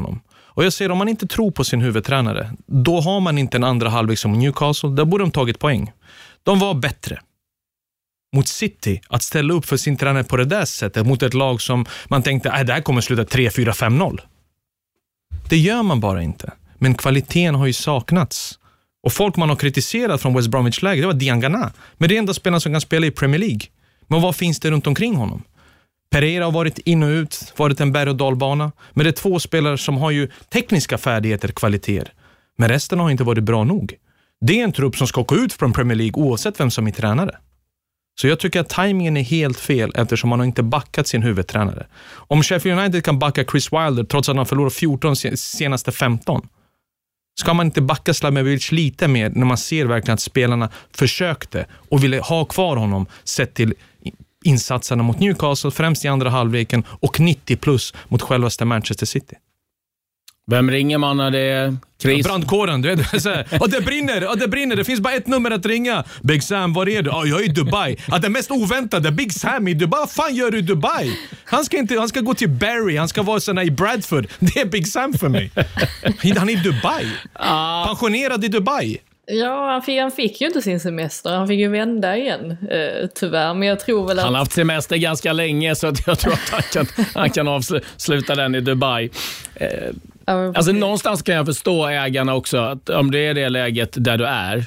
Och jag säger, om man inte tror på sin huvudtränare, då har man inte en andra halvlek som Newcastle. Där borde de tagit poäng. De var bättre mot City att ställa upp för sin tränare på det där sättet mot ett lag som man tänkte, det här kommer sluta 3-4-5-0. Det gör man bara inte. Men kvaliteten har ju saknats. Och folk man har kritiserat från West Bromwich-läget, det var Diangana. Men det är enda spelaren som kan spela i Premier League. Men vad finns det runt omkring honom? Pereira har varit in och ut, varit en berg- och dalbana. Men det är 2 spelare som har ju tekniska färdigheter, kvaliteter. Men resten har inte varit bra nog. Det är en trupp som ska åka ut från Premier League oavsett vem som är tränare. Så jag tycker att timingen är helt fel eftersom man har inte backat sin huvudtränare. Om Sheffield United kan backa Chris Wilder trots att han förlorat 14 senaste 15, ska man inte backa Slamovic lite mer när man ser verkligen att spelarna försökte och ville ha kvar honom sett till insatserna mot Newcastle, främst i andra halvleken, och 90 plus mot självaste Manchester City. Vem ringer man när det är kris? Brandkåren, du vet. Det brinner. Det finns bara ett nummer att ringa. Big Sam, var är du? Jag är i Dubai. Det mest oväntade, Big Sam i Dubai. Vad fan gör du i Dubai? Han ska gå till Barry. Han ska vara såna i Bradford. Det är Big Sam för mig. Han är i Dubai. Pensionerad i Dubai. Ja, han fick ju inte sin semester. Han fick ju vända igen, tyvärr. Men jag tror väl att... Han har haft semester ganska länge, så att jag tror att han kan avsluta den i Dubai. Alltså någonstans kan jag förstå ägarna också, att om det är det läget där du är,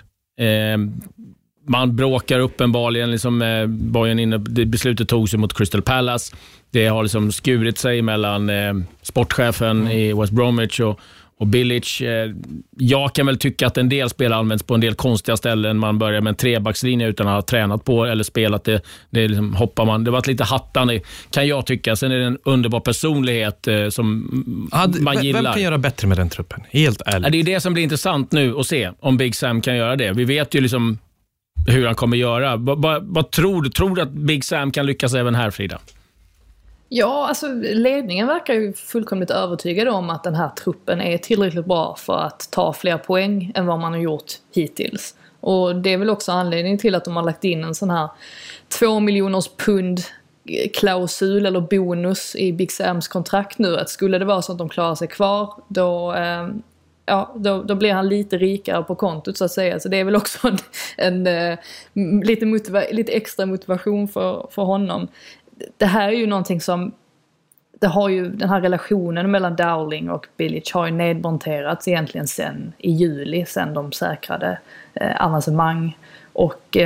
man bråkar uppenbarligen, liksom Bojan inne, beslutet tog sig mot Crystal Palace. Det har liksom skurit sig mellan sportchefen i West Bromwich och Bilic. Jag kan väl tycka att en del spel används på en del konstiga ställen. Man börjar med en 3-backslinje utan att ha tränat på eller spelat det. Det är liksom, hoppar man. Det var lite hattande, kan jag tycka. Sen är det en underbar personlighet som man gillar. Vem kan göra bättre med den truppen? Helt ärligt. Det är det som blir intressant nu att se om Big Sam kan göra det. Vi vet ju liksom hur han kommer göra. Vad tror du att Big Sam kan lyckas även här, Frida? Ja, alltså ledningen verkar ju fullkomligt övertygad om att den här truppen är tillräckligt bra för att ta fler poäng än vad man har gjort hittills. Och det är väl också anledningen till att de har lagt in en sån här 2 miljoners pund klausul eller bonus i Big Sams kontrakt nu. Att skulle det vara så att de klarar sig kvar, då blir han lite rikare på kontot, så att säga. Så det är väl också lite extra motivation för honom. Det här är ju någonting som, det har ju, den här relationen mellan Dowling och Bilic har ju nedmonterats egentligen sen i juli, sen de säkrade avancemang. Och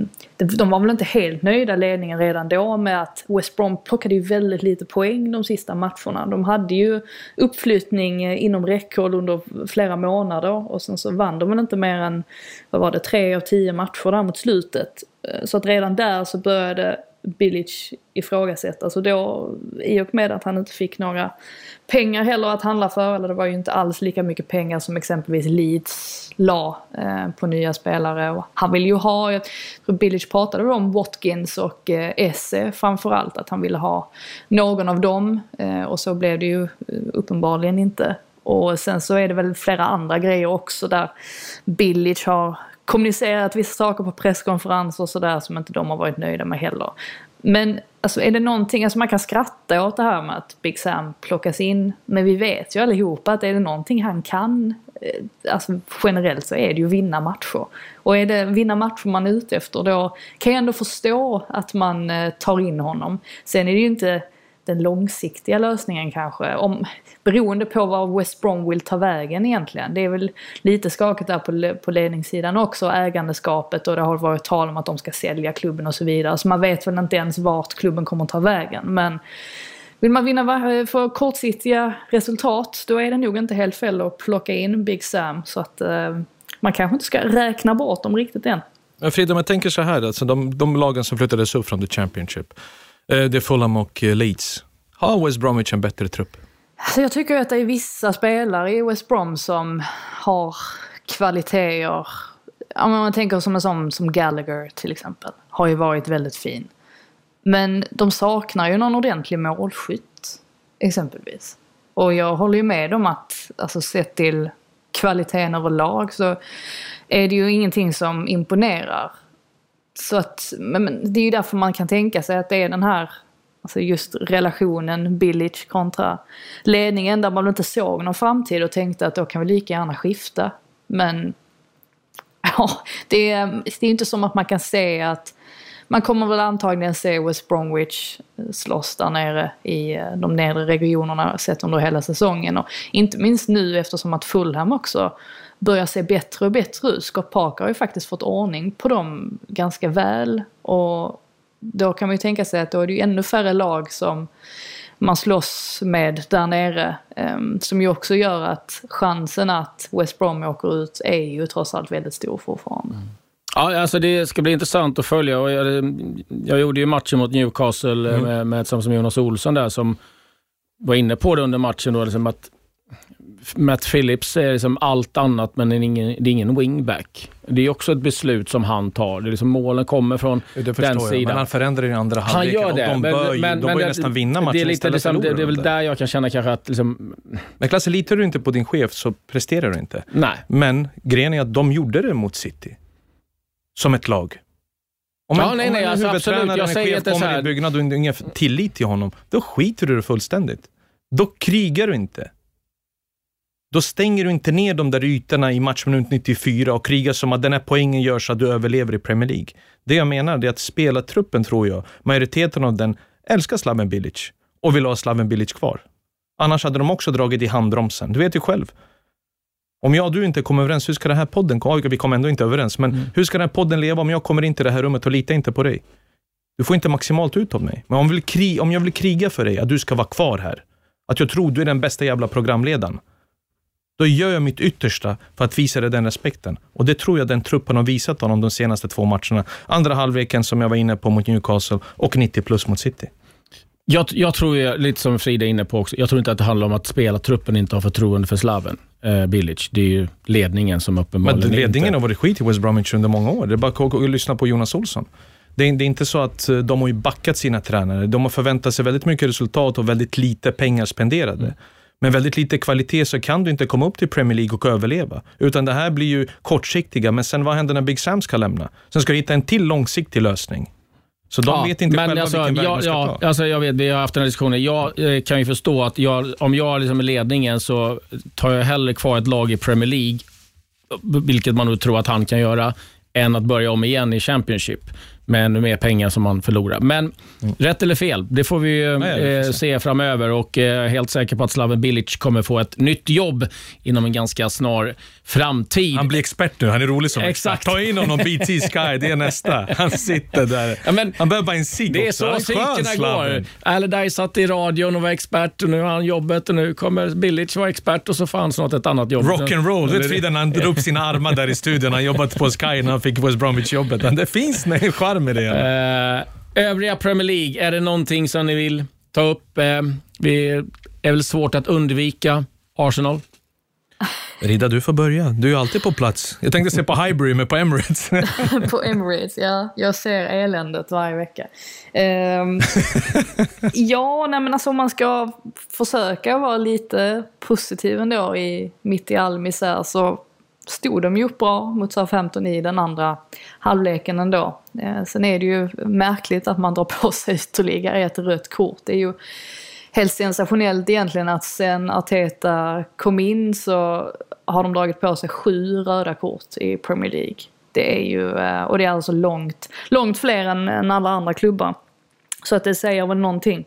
de var väl inte helt nöjda, ledningen, redan då med att West Brom plockade ju väldigt lite poäng de sista matcherna. De hade ju uppflyttning inom räckhåll under flera månader och sen så vann de väl inte mer än, 3 av 10 matcher där mot slutet. Så att redan där så började Bilic ifrågasätta. Så då, i och med att han inte fick några pengar heller att handla för, eller det var ju inte alls lika mycket pengar som exempelvis Leeds la på nya spelare. Och han vill ju ha, jag tror Bilic pratade om Watkins och Esse framförallt, att han ville ha någon av dem, och så blev det ju uppenbarligen inte. Och sen så är det väl flera andra grejer också där Bilic har kommunicerat vissa saker på presskonferenser och sådär som inte de har varit nöjda med heller. Men alltså, är det någonting, alltså man kan skratta åt det här med att Big Sam plockas in, men vi vet ju allihopa att är det någonting han kan, alltså generellt så är det ju vinna matcher. Och är det vinna matcher man är ute efter, då kan jag ändå förstå att man tar in honom. Sen är det ju inte den långsiktiga lösningen kanske, beroende på vad West Brom vill ta vägen egentligen. Det är väl lite skakigt där på ledningssidan också, ägandeskapet, och det har varit tal om att de ska sälja klubben och så vidare. Så man vet väl inte ens vart klubben kommer ta vägen. Men vill man vinna för kortsiktiga resultat, då är det nog inte helt fel att plocka in Big Sam. Så att man kanske inte ska räkna bort dem riktigt än. Frida, man tänker så här, alltså de lagen som flyttades upp från the Championship, det är Fulham och Leeds. Har West Bromwich en bättre trupp? Alltså jag tycker att det är vissa spelare i West Brom som har kvaliteter. Om man tänker som en sån som Gallagher till exempel, har ju varit väldigt fin. Men de saknar ju någon ordentlig målskytt exempelvis. Och jag håller ju med om att, alltså sett till kvaliteten överlag, så är det ju ingenting som imponerar. Så att, men det är ju därför man kan tänka sig att det är den här Alltså just relationen Bilic kontra ledningen, där man inte såg någon framtid och tänkte att då kan vi lika gärna skifta. Men ja, det är inte som att man kan se att man kommer väl antagligen se West Bromwich slåss där nere i de nedre regionerna sett under hela säsongen. Och inte minst nu eftersom att Fulham också börjar se bättre och bättre ut. Scott Parker har ju faktiskt fått ordning på dem ganska väl. Och då kan man ju tänka sig att då är det ju ännu färre lag som man slåss med där nere. Som ju också gör att chansen att West Brom åker ut är ju trots allt väldigt stor fortfarande. Ja, alltså det ska bli intressant att följa. Och jag gjorde ju matchen mot Newcastle med som Jonas Olsson där som var inne på det under matchen då, liksom att Matt Phillips är liksom allt annat, men det är ingen wingback. Det är också ett beslut som han tar. Det är liksom målen kommer från den sidan. Men han förändrar i andra halvleken. Han gör det. De bör nästan vinna matchen. Det är lite liksom, det är väl där jag kan känna kanske att liksom... Men Klasse, litar du inte på din chef så presterar du inte. Nej. Men grejen är att de gjorde det mot City. Som ett lag. Om alltså absolut. Jag säger inte så här. I byggnad och ingen tillit till honom, då skiter du det fullständigt. Då krigar du inte. Då stänger du inte ner de där ytorna i matchminut 94 och krigar som att den här poängen gör så att du överlever i Premier League. Det jag menar är att spelartruppen, tror jag, majoriteten av den älskar Slaven Bilic och vill ha Slaven Bilic kvar. Annars hade de också dragit i handbromsen. Du vet ju själv. Om jag och du inte kommer överens, hur ska den här podden, vi kommer ändå inte överens, men hur ska den här podden leva om jag kommer in till det här rummet och litar inte på dig? Du får inte maximalt ut av mig. Men om jag vill kriga för dig, att du ska vara kvar här, att jag tror du är den bästa jävla programledaren, då gör jag mitt yttersta för att visa dig den respekten. Och det tror jag den truppen har visat honom de senaste 2 matcherna. Andra halvleken som jag var inne på mot Newcastle och 90 plus mot City. Jag tror ju, lite som Frida är inne på också, jag tror inte att det handlar om att spelartruppen inte har förtroende för Slaven Bilic. Det är ju ledningen som uppenbarligen inte... Men ledningen har varit skit i West Bromwich under många år. Det är bara att lyssna på Jonas Olsson. Det är inte så att de har ju backat sina tränare. De har förväntat sig väldigt mycket resultat och väldigt lite pengar spenderade. Men väldigt lite kvalitet, så kan du inte komma upp till Premier League och överleva. Utan det här blir ju kortsiktiga. Men sen vad händer när Big Sam ska lämna? Sen ska du hitta en till långsiktig lösning. Så de vet inte själva vilken väg man ska ta. Alltså jag vet, vi har haft den här diskussionen. Jag kan ju förstå att om jag liksom är ledningen så tar jag hellre kvar ett lag i Premier League, vilket man nog tror att han kan göra, än att börja om igen i Championship med ännu mer pengar som man förlorar. Men rätt eller fel, det får vi se framöver, och helt säker på att Slaven Bilic kommer få ett nytt jobb inom en ganska snar framtid. Han blir expert nu, han är rolig som exakt. Ta in honom BT Sky, det är nästa. Han sitter där. Ja, men han behöver bara en cigg. Det är så cykeln går. Allardyce satt i radion och var expert, och nu har han jobbet, och nu kommer Bilic vara expert, och så fanns något ett annat jobb. Rock'n'roll. Du vet Frida, när han drog upp sina armar där i studion, han jobbat på Sky när han fick West Bromwich jobbet. Men det finns en charm med det. Övriga Premier League, är det någonting som ni vill ta upp? Det är väl svårt att undvika Arsenal. Rida, du får börja. Du är alltid på plats. Jag tänkte se på Highbury, men på Emirates. På Emirates, ja. Jag ser eländet varje vecka. Ja, nej, men alltså om man ska försöka vara lite positiv ändå mitt i all misär, så stod de ju upp bra mot Southampton i den andra halvleken ändå. Sen är det ju märkligt att man drar på sig ytterligare ett rött kort. Det är ju helt sensationellt egentligen att sen Arteta kom in så har de dragit på sig 7 röda kort i Premier League. Det är ju, och det är alltså långt fler än alla andra klubbar. Så att det säger väl någonting.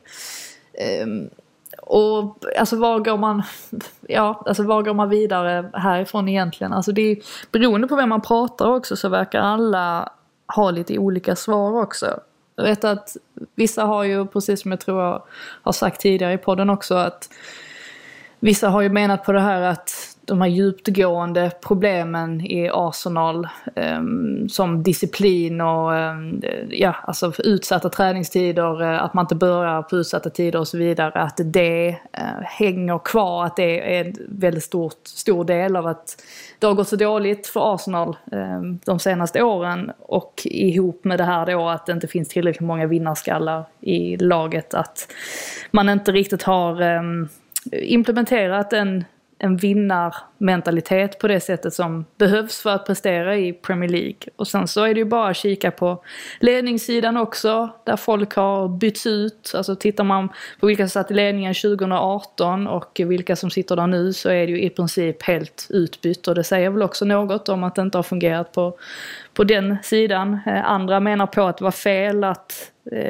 Och alltså var går man vidare härifrån egentligen? Alltså det är, beroende på vem man pratar också, så verkar alla ha lite olika svar också. Jag vet att vissa har ju, precis som jag tror jag har sagt tidigare i podden också, att vissa har ju menat på det här att de här djupgående problemen i Arsenal som disciplin och alltså utsatta träningstider, att man inte börjar på utsatta tider och så vidare, att det hänger kvar, att det är en väldigt stor del av att det har gått så dåligt för Arsenal de senaste åren, och ihop med det här då att det inte finns tillräckligt många vinnarskallar i laget, att man inte riktigt har implementerat en en vinnarmentalitet på det sättet som behövs för att prestera i Premier League. Och sen så är det ju bara att kika på ledningssidan också, där folk har bytts ut. Alltså tittar man på vilka som satt i ledningen 2018 och vilka som sitter där nu, så är det ju i princip helt utbytt. Och det säger väl också något om att det inte har fungerat på den sidan. Andra menar på att det var fel att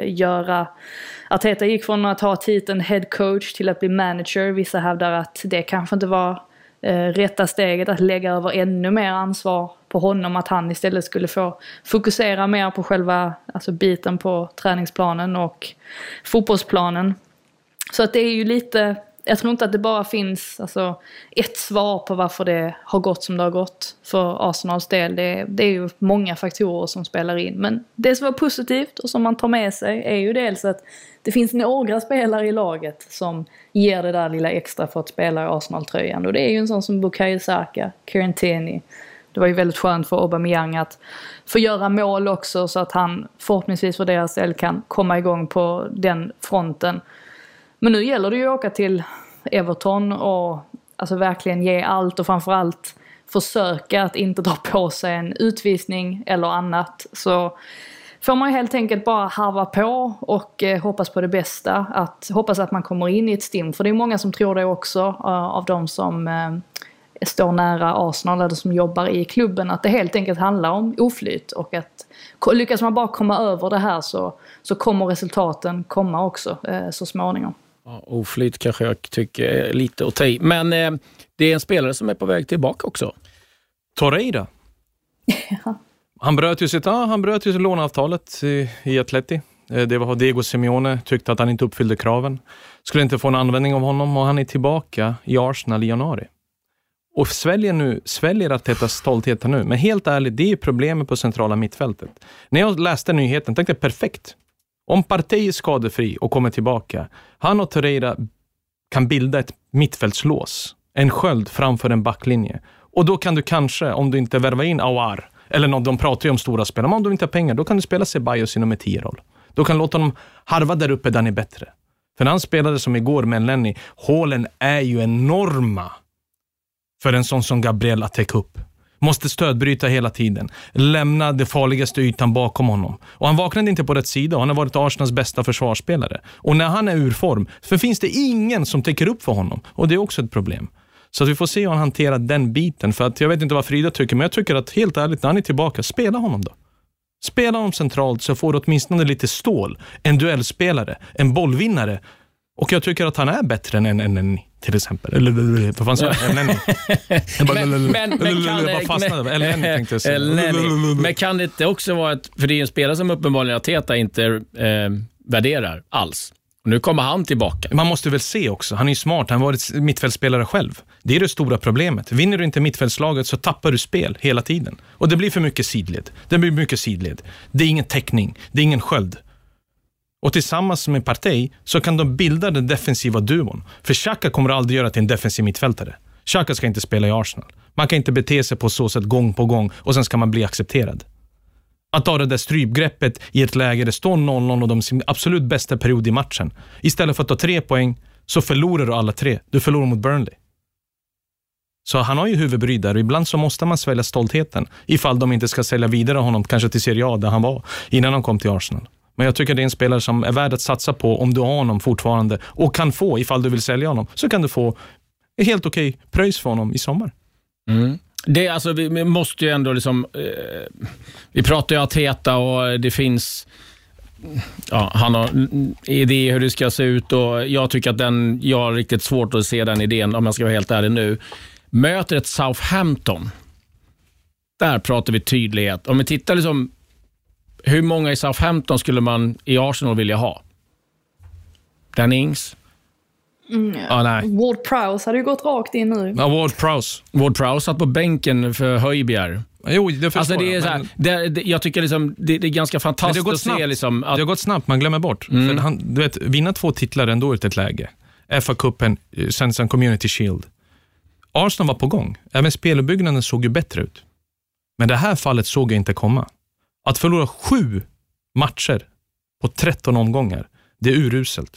Arteta gick från att ha titeln head coach till att bli manager. Vissa hävdar att det kanske inte var rätta steget, att lägga över ännu mer ansvar på honom, att han istället skulle få fokusera mer på själva biten på träningsplanen och fotbollsplanen. Så att det är ju lite, jag tror inte att det bara finns ett svar på varför det har gått som det har gått för Arsenals del. Det är ju många faktorer som spelar in. Men det som var positivt och som man tar med sig är ju dels att det finns några spelare i laget som ger det där lilla extra för att spela i Arsenal-tröjan. Och det är ju en sån som Bukayo Saka, Kieran Tierney. Det var ju väldigt skönt för Aubameyang att få göra mål också, så att han förhoppningsvis för deras del kan komma igång på den fronten. Men nu gäller det ju att åka till Everton och verkligen ge allt, och framförallt försöka att inte dra på sig en utvisning eller annat. Så får man ju helt enkelt bara harva på och hoppas på det bästa. Hoppas att man kommer in i ett stim. För det är många som tror det också, av de som står nära Arsenal eller som jobbar i klubben, att det helt enkelt handlar om oflyt. Och att lyckas man bara komma över det här så kommer resultaten komma också så småningom. Ja, oflyt kanske jag tycker är lite att ta i. Men det är en spelare som är på väg tillbaka också. Torreira. Ja. Han bröt ju låneavtalet i Atleti. Det var Diego Simeone tyckte att han inte uppfyllde kraven. Skulle inte få en användning av honom, och han är tillbaka i Arsenal i januari. Och sväljer att detta stoltheten nu. Men helt ärligt, det är problemet på centrala mittfältet. När jag läste nyheten tänkte jag perfekt. Om Partey är skadefri och kommer tillbaka, han och Torreira kan bilda ett mittfältslås. En sköld framför en backlinje. Och då kan du kanske, om du inte värvar in Aouar, eller någon, de pratar ju om stora spelare, men om du inte har pengar, då kan du spela Ceballos i nummer 10-roll. Då kan du låta dem harva där uppe där ni är bättre. För när han spelade som igår med Lenny, hålen är ju enorma för en sån som Gabriel att täcka upp. Måste stödbryta hela tiden. Lämna det farligaste ytan bakom honom. Och han vaknade inte på rätt sida. Han har varit Arsenals bästa försvarsspelare. Och när han är ur form, för finns det ingen som täcker upp för honom. Och det är också ett problem. Så att vi får se hur han hanterar den biten. För att jag vet inte vad Frida tycker, men jag tycker att helt ärligt, när han är tillbaka, spela honom då. Spela honom centralt så får du åtminstone lite stål. En duellspelare, en bollvinnare. Och jag tycker att han är bättre än en till exempel. Eller vad fan sa jag? Men kan det inte också vara ett, för det är en spelare som uppenbarligen Arteta inte värderar alls. Och nu kommer han tillbaka. Man måste väl se också. Han är ju smart. Han har varit mittfältspelare själv. Det är det stora problemet. Vinner du inte mittfältslaget så tappar du spel hela tiden. Och det blir för mycket sidled. Det är ingen täckning. Det är ingen sköld. Och tillsammans med Partey så kan de bilda den defensiva duon. För Xhaka kommer aldrig göra till en defensiv mittfältare. Xhaka ska inte spela i Arsenal. Man kan inte bete sig på så sätt gång på gång och sen ska man bli accepterad. Att ta det där strypgreppet i ett läge där det står 0-0 och de sin absolut bästa period i matchen. Istället för att ta 3 poäng så förlorar du alla 3. Du förlorar mot Burnley. Så han har ju huvudbry där och ibland så måste man svälja stoltheten ifall de inte ska sälja vidare honom kanske till Serie A där han var innan han kom till Arsenal. Men jag tycker det är en spelare som är värd att satsa på om du har honom fortfarande och kan få, ifall du vill sälja honom, så kan du få ett helt okej pröjs för honom i sommar. Mm. Det, alltså, vi måste ju ändå liksom, vi pratar ju Arteta och det finns, ja, han har idé hur det ska se ut och jag tycker att jag har riktigt svårt att se den idén, om jag ska vara helt ärlig nu. Möter ett Southampton, där pratar vi tydlighet. Om vi tittar liksom, hur många i Southampton skulle man i Arsenal vilja ha? Dan Ings? Nej. Ward Prowse hade ju gått rakt in nu. Ja, Ward Prowse satt på bänken för Højbjerg. Jo, det förstår alltså, det är jag. Men... jag tycker liksom, det är ganska fantastiskt att se liksom, att... Det har gått snabbt, man glömmer bort. För han, du vet, vinna 2 titlar ändå i ett läge. FA-cupen, sen Community Shield. Arsenal var på gång. Även speluppbyggnaden såg ju bättre ut. Men det här fallet såg jag inte komma. Att förlora 7 matcher på 13 omgångar, det är uruselt.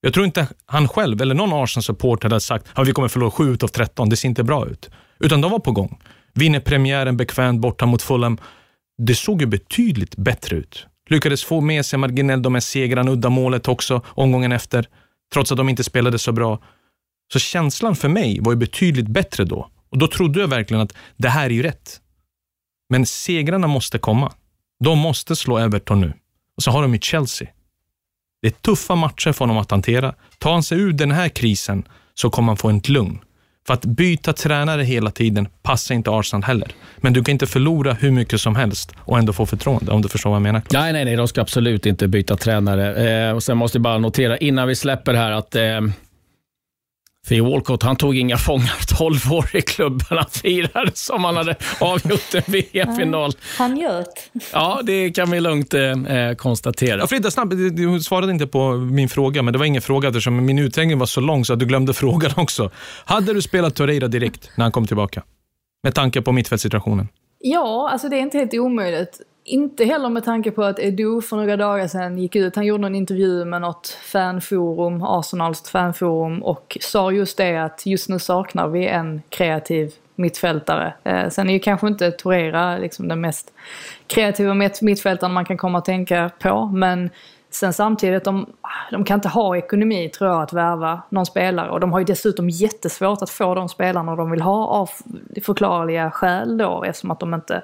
Jag tror inte han själv eller någon Arsenal-supporter hade sagt att vi kommer förlora 7 av 13, det ser inte bra ut. Utan de var på gång. Vinner premiären bekvämt borta mot Fulham. Det såg ju betydligt bättre ut. Lyckades få med sig marginellt de här segrarna, udda målet också omgången efter. Trots att de inte spelade så bra. Så känslan för mig var ju betydligt bättre då. Och då trodde jag verkligen att det här är ju rätt. Men segrarna måste komma. De måste slå Everton nu. Och så har de ju Chelsea. Det är tuffa matcher för honom att hantera. Tar han sig ur den här krisen så kommer han få en lugn. För att byta tränare hela tiden passar inte Arsenal heller. Men du kan inte förlora hur mycket som helst och ändå få förtroende, om du förstår vad jag menar. Nej, de ska absolut inte byta tränare. Och sen måste jag bara notera innan vi släpper här att Theo Walcott, han tog inga fångar 12 år i klubben. Han firade som han hade avgjort en VM-final. Han gött. Ja, det kan vi lugnt konstatera. Ja, Frida, snabbt, du svarade inte på min fråga, men det var ingen fråga eftersom min utläggning var så lång så att du glömde frågan också. Hade du spelat Torreira direkt när han kom tillbaka? Med tanke på mittfältssituationen. Ja, alltså det är inte helt omöjligt. Inte heller med tanke på att Edu för några dagar sedan gick ut. Han gjorde en intervju med något fanforum, Arsenals fanforum, och sa just det att just nu saknar vi en kreativ mittfältare. Sen är ju kanske inte Torreira liksom den mest kreativa mittfältaren man kan komma att tänka på, men sen samtidigt, de kan inte ha ekonomi, tror jag, att värva någon spelare. Och de har ju dessutom jättesvårt att få de spelarna de vill ha av förklarliga skäl då, eftersom att de inte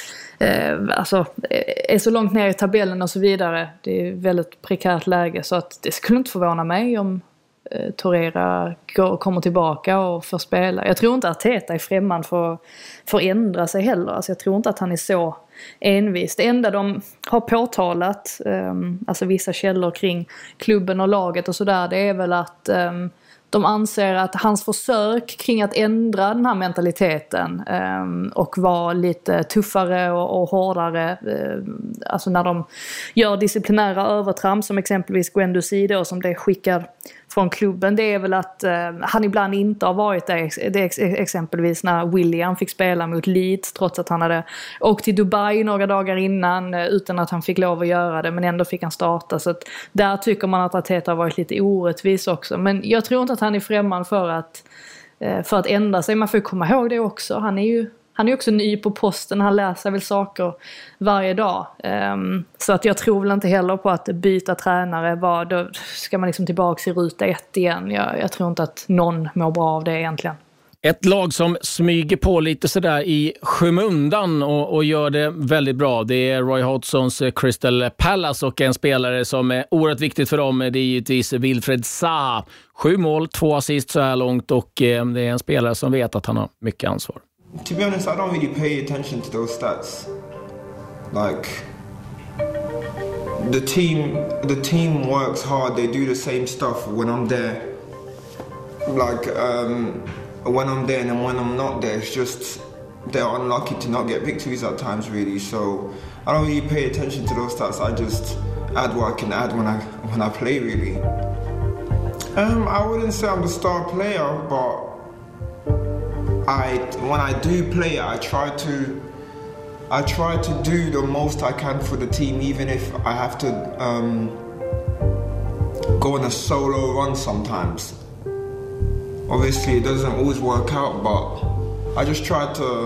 är så långt ner i tabellen och så vidare. Det är väldigt prekärt läge, så att det skulle inte förvåna mig om Torreira kommer tillbaka och får spela. Jag tror inte att Arteta är främmande för att ändra sig heller. Alltså jag tror inte att han är så envis. Det enda de har påtalat, alltså vissa källor kring klubben och laget och sådär, det är väl att de anser att hans försök kring att ändra den här mentaliteten och vara lite tuffare och hårdare, alltså när de gör disciplinära övertramp som exempelvis Guendouzi då, som det skickar från klubben, det är väl att han ibland inte har varit det exempelvis när William fick spela mot Leeds trots att han hade åkt till Dubai några dagar innan utan att han fick lov att göra det, men ändå fick han starta. Så att där tycker man att Arteta har varit lite orättvis också, men jag tror inte att han är främmande för att ändra sig. Man får ju komma ihåg det också, han är också ny på posten, han lär sig väl saker varje dag. Så att jag tror väl inte heller på att byta tränare, då ska man liksom tillbaka i ruta 1 igen. Jag tror inte att någon mår bra av det egentligen. Ett lag som smyger på lite sådär i skymundan och gör det väldigt bra, det är Roy Hodgsons Crystal Palace, och en spelare som är oerhört viktigt för dem, det är givetvis Wilfred Zaha. 7 mål, 2 assist så här långt, och det är en spelare som vet att han har mycket ansvar. To be honest, I don't really pay attention to those stats. Like, the team works hard. They do the same stuff when I'm there. Like, when I'm there and when I'm not there, it's just they're unlucky to not get victories at times, really. So I don't really pay attention to those stats. I just add what I can add when I play, really. I wouldn't say I'm the star player, but when I do play, I try to do the most I can for the team, even if I have to go on a solo run sometimes. Obviously, it doesn't always work out, but I just try to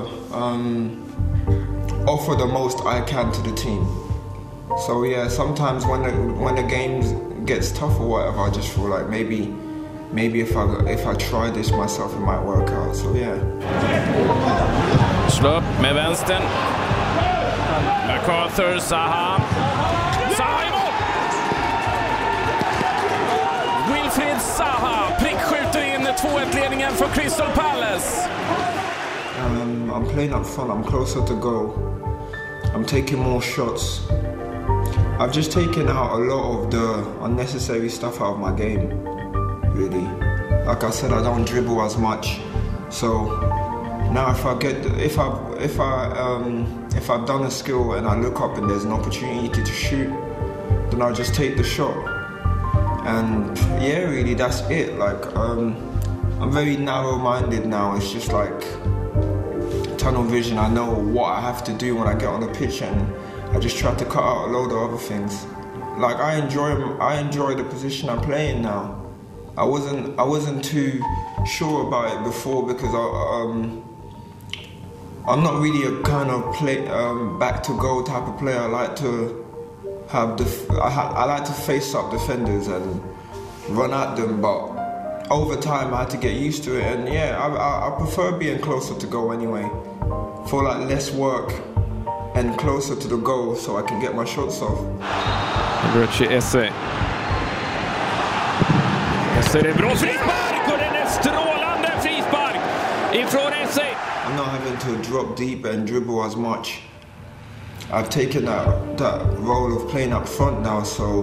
offer the most I can to the team. So yeah, sometimes when the game gets tough or whatever, I just feel like maybe if I try this myself, it might work out. So yeah. Slå upp med vänstern. MacArthur, Zaha. Zaha i mål! Wilfred Zaha prickskjuter in 2-1-ledningen för Crystal Palace. I'm playing up front. I'm closer to goal. I'm taking more shots. I've just taken out a lot of the unnecessary stuff out of my game. Really, like I said, I don't dribble as much. So now, if I've done a skill and I look up and there's an opportunity to shoot, then I'll just take the shot. And yeah, really, that's it. Like I'm very narrow-minded now. It's just like tunnel vision. I know what I have to do when I get on the pitch, and I just try to cut out a load of other things. like I enjoy the position I'm playing now. I wasn't too sure about it before because I'm not really a kind of back to goal type of player. I like to have I like to face up defenders and run at them, but over time I had to get used to it, and I prefer being closer to goal anyway. For like less work and closer to the goal so I can get my shots off. Richie Esse. Esse är en bra frispark och den är strålande frispark ifrån Esse. I'm not having to drop deep and dribble as much. I've taken that role of playing up front now, so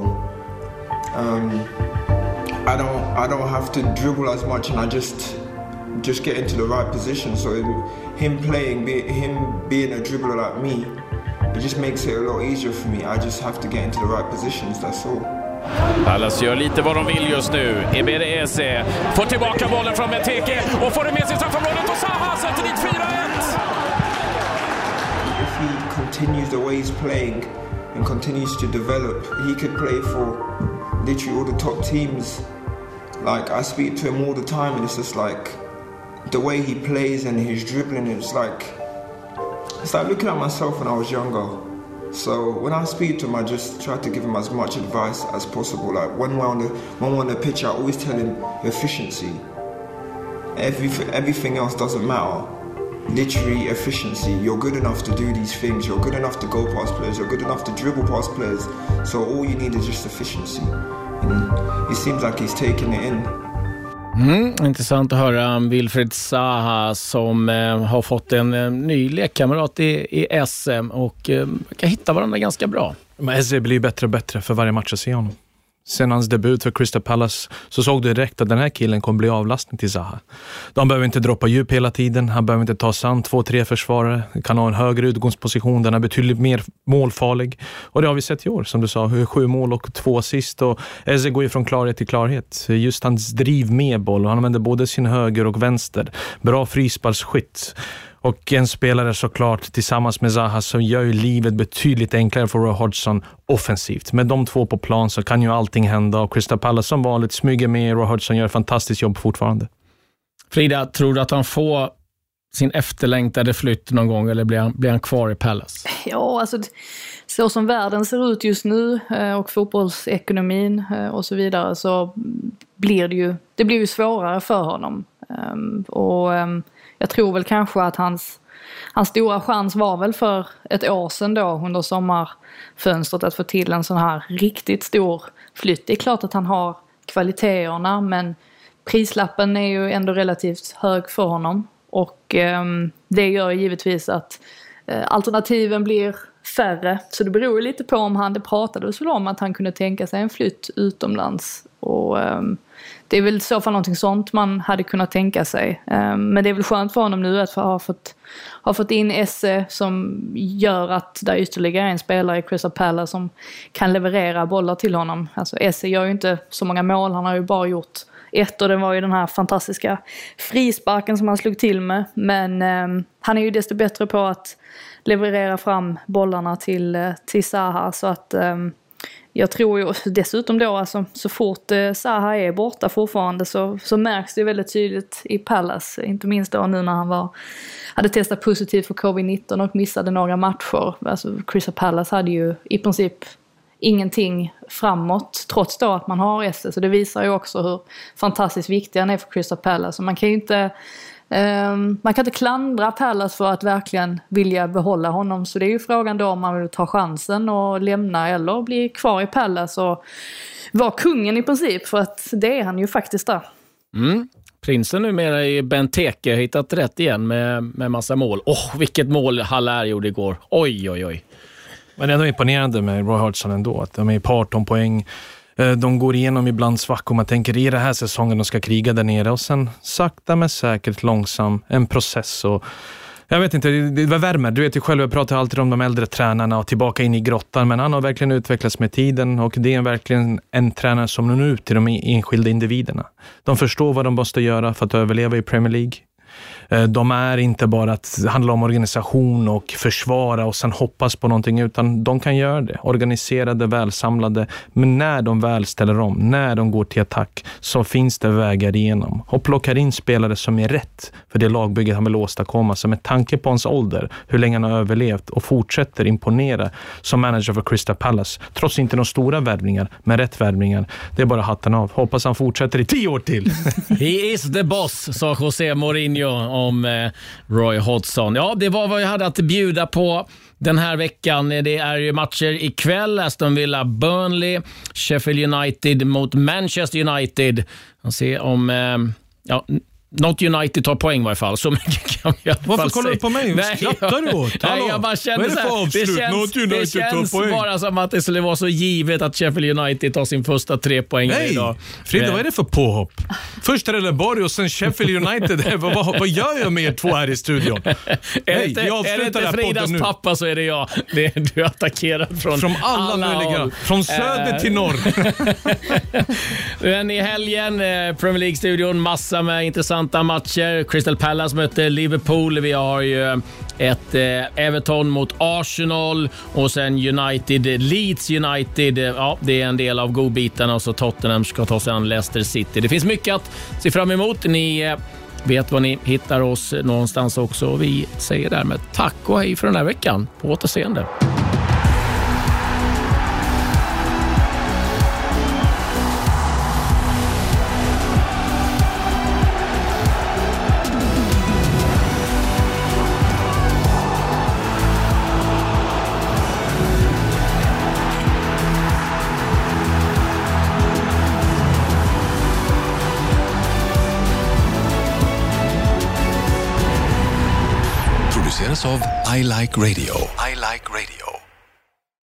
I don't have to dribble as much, and I just get into the right position. So him being a dribbler like me, it just makes it a lot easier for me. I just have to get into the right positions, that's all. Pallas gör lite vad de vill just nu. Ebere Eze får tillbaka bollen från Benteke och får det med sig straffområdet och Zaha sätter dit 4-1. If he continues the way he's playing and continues to develop, he could play for literally all the top teams. Like, I speak to him all the time, and it's just like the way he plays and his dribbling, it's like looking at myself when I was younger. So when I speak to him, I just try to give him as much advice as possible. Like when we're on the pitch, I always tell him efficiency. Everything else doesn't matter. Literally efficiency. You're good enough to do these things. You're good enough to go past players. You're good enough to dribble past players. So all you need is just efficiency. And it seems like he's taking it in. Intressant att höra Wilfried Zaha som har fått en ny lekkamrat i SM och kan hitta varandra ganska bra. Men Eze blir bättre och bättre för varje match att se honom. Sen hans debut för Crystal Palace så såg du direkt att den här killen kommer bli avlastning till Zaha. De behöver inte droppa djup hela tiden. Han behöver inte ta sig an 2-3 försvarare. Kan ha en högre utgångsposition. Den är betydligt mer målfarlig. Och det har vi sett i år, som du sa. 7 mål och 2 assist. Och Eze går ju från klarhet till klarhet. Just hans driv med boll. Och han använder både sin höger och vänster. Bra frisparksskytt. Och en spelare såklart tillsammans med Zaha som gör ju livet betydligt enklare för Roy Hodgson offensivt. Med de två på plan så kan ju allting hända och Crystal Palace som vanligt smyger med. Roy Hodgson gör ett fantastiskt jobb fortfarande. Frida, tror du att han får sin efterlängtade flytt någon gång eller blir han kvar i Palace? Ja, alltså så som världen ser ut just nu och fotbollsekonomin och så vidare så blir det blir ju svårare för honom. Jag tror väl kanske att hans stora chans var väl för ett år sedan då under sommarfönstret att få till en sån här riktigt stor flytt. Det är klart att han har kvaliteterna, men prislappen är ju ändå relativt hög för honom. Och det gör givetvis att alternativen blir färre. Så det beror ju lite på om det pratades väl om att han kunde tänka sig en flytt utomlands. Och det är väl i så fall någonting sånt man hade kunnat tänka sig. Men det är väl skönt för honom nu att ha fått in Esse som gör att det är ytterligare en spelare i Crystal Palace som kan leverera bollar till honom. Alltså Esse gör ju inte så många mål, han har ju bara gjort 1 och det var ju den här fantastiska frisparken som han slog till med. Men han är ju desto bättre på att leverera fram bollarna till Zaha, så att jag tror ju dessutom då alltså, så fort Zaha är borta fortfarande så märks det väldigt tydligt i Palace, inte minst då nu när han hade testat positivt för covid-19 och missade några matcher. Alltså Crystal Palace hade ju i princip ingenting framåt trots då att man har Esse, så det visar ju också hur fantastiskt viktig han är för Crystal Palace. Och man kan inte klandra Palace för att verkligen vilja behålla honom, så det är ju frågan då om man vill ta chansen och lämna eller bli kvar i Palace och vara kungen i princip, för att det är han ju faktiskt där. Prinsen numera i Benteke hittat rätt igen med massa mål. Vilket mål Haller gjorde igår. Oj. Men det är ändå imponerande med Roy Hodgson ändå, att de är på 18 poäng. De går igenom ibland svackor. Man tänker i den här säsongen de ska kriga där nere och sen sakta men säkert långsam en process. Och jag vet inte, det var värmer. Du vet ju själv, jag pratar alltid om de äldre tränarna och tillbaka in i grottan, men han har verkligen utvecklats med tiden och det är verkligen en tränare som når ut till de enskilda individerna. De förstår vad de måste göra för att överleva i Premier League. De är inte bara att handla om organisation och försvara och sen hoppas på någonting, utan de kan göra det. Organiserade, välsamlade. Men när de väl ställer om, när de går till attack, så finns det vägar igenom. Och plockar in spelare som är rätt för det lagbygget han vill åstadkomma. Så med tanke på hans ålder, hur länge han har överlevt och fortsätter imponera som manager för Crystal Palace. Trots inte några stora värvningar, men rätt värvningar. Det är bara hatten av. Hoppas han fortsätter i 10 år till. He is the boss, sa José Mourinho om Roy Hodgson. Ja, det var vad jag hade att bjuda på den här veckan. Det är ju matcher ikväll. Aston Villa, Burnley, Sheffield United mot Manchester United. Man ser om... Not United tar poäng i varje fall. Så mycket kan jag Varför kollar du på mig? Vad skrattar du åt? Nej, jag bara kände det känns bara som att det skulle vara så givet att Sheffield United tar sin första 3 poäng idag. Frida, vad är det för påhopp? Först Trelleborg och sen Sheffield United. vad gör jag med er 2 här i studion? Är det inte Fridas pappa så är det jag. Du attackerar från alla möjliga. Från söder till norr. Men i helgen, Premier League-studion, massa med intressanta matcher. Crystal Palace möter Liverpool. Vi har ju ett Everton mot Arsenal och sen United, Leeds United. Ja, det är en del av godbitarna, och så Tottenham ska ta sig an Leicester City. Det finns mycket att se fram emot. Ni vet var ni hittar oss någonstans också. Vi säger därmed tack och hej för den här veckan. På återseende. Av I Like Radio. I Like Radio.